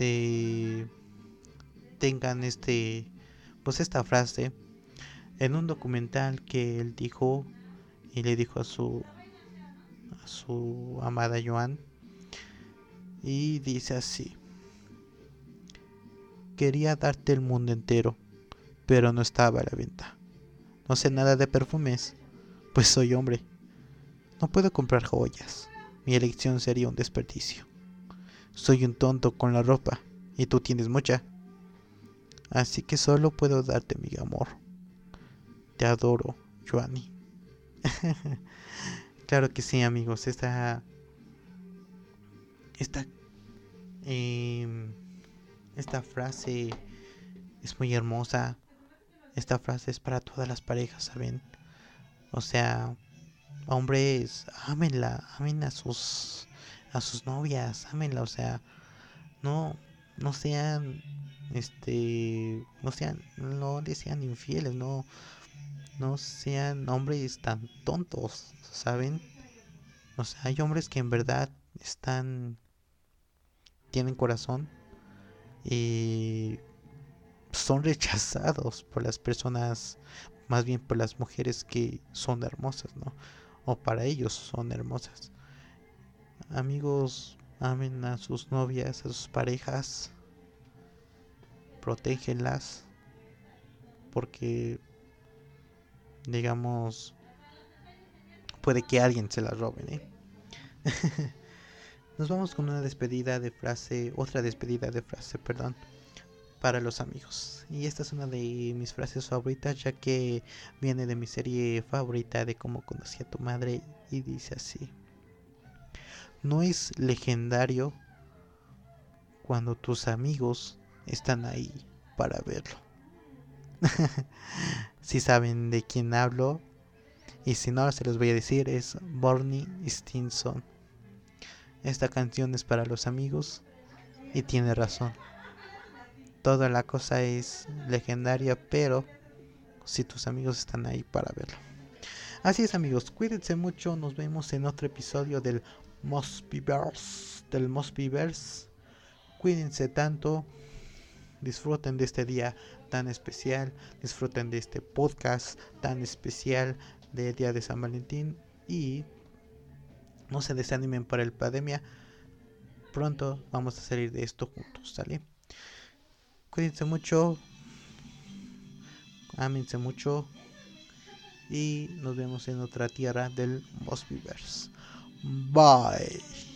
tengan pues esta frase en un documental que él dijo y le dijo a su amada Joan, y dice así: quería darte el mundo entero, pero no estaba a la venta. No sé nada de perfumes, pues soy hombre. No puedo comprar joyas. Mi elección sería un desperdicio. Soy un tonto con la ropa, y tú tienes mucha. Así que solo puedo darte mi amor. Te adoro, Joanny. Claro que sí, amigos. Esta, eh, esta frase es muy hermosa. Esta frase es para todas las parejas, ¿saben? O sea, hombres, amen a sus novias, ámenla, o sea, no, no sean, no le sean infieles, no sean hombres tan tontos, ¿saben? O sea, hay hombres que en verdad tienen corazón y son rechazados por las personas, más bien por las mujeres que son hermosas, ¿no? O para ellos son hermosas. Amigos, amen a sus novias, a sus parejas, protégenlas, porque, digamos, puede que alguien se las robe, ¿eh? Nos vamos con otra despedida de frase, perdón, para los amigos. Y esta es una de mis frases favoritas, ya que viene de mi serie favorita de Cómo conocí a tu madre, y dice así: no es legendario cuando tus amigos están ahí para verlo. Si saben de quién hablo, y si no, se los voy a decir, es Barney Stinson. Esta canción es para los amigos y tiene razón. Toda la cosa es legendaria, pero si tus amigos están ahí para verlo. Así es, amigos, cuídense mucho. Nos vemos en otro episodio del Mosbyverse. Cuídense tanto. Disfruten de este día tan especial. Disfruten de este podcast tan especial de Día de San Valentín. Y no se desanimen por el pandemia. Pronto vamos a salir de esto juntos, ¿sale? Cuídense mucho. Ámense mucho. Y nos vemos en otra tierra del Mosbyverse. Bye.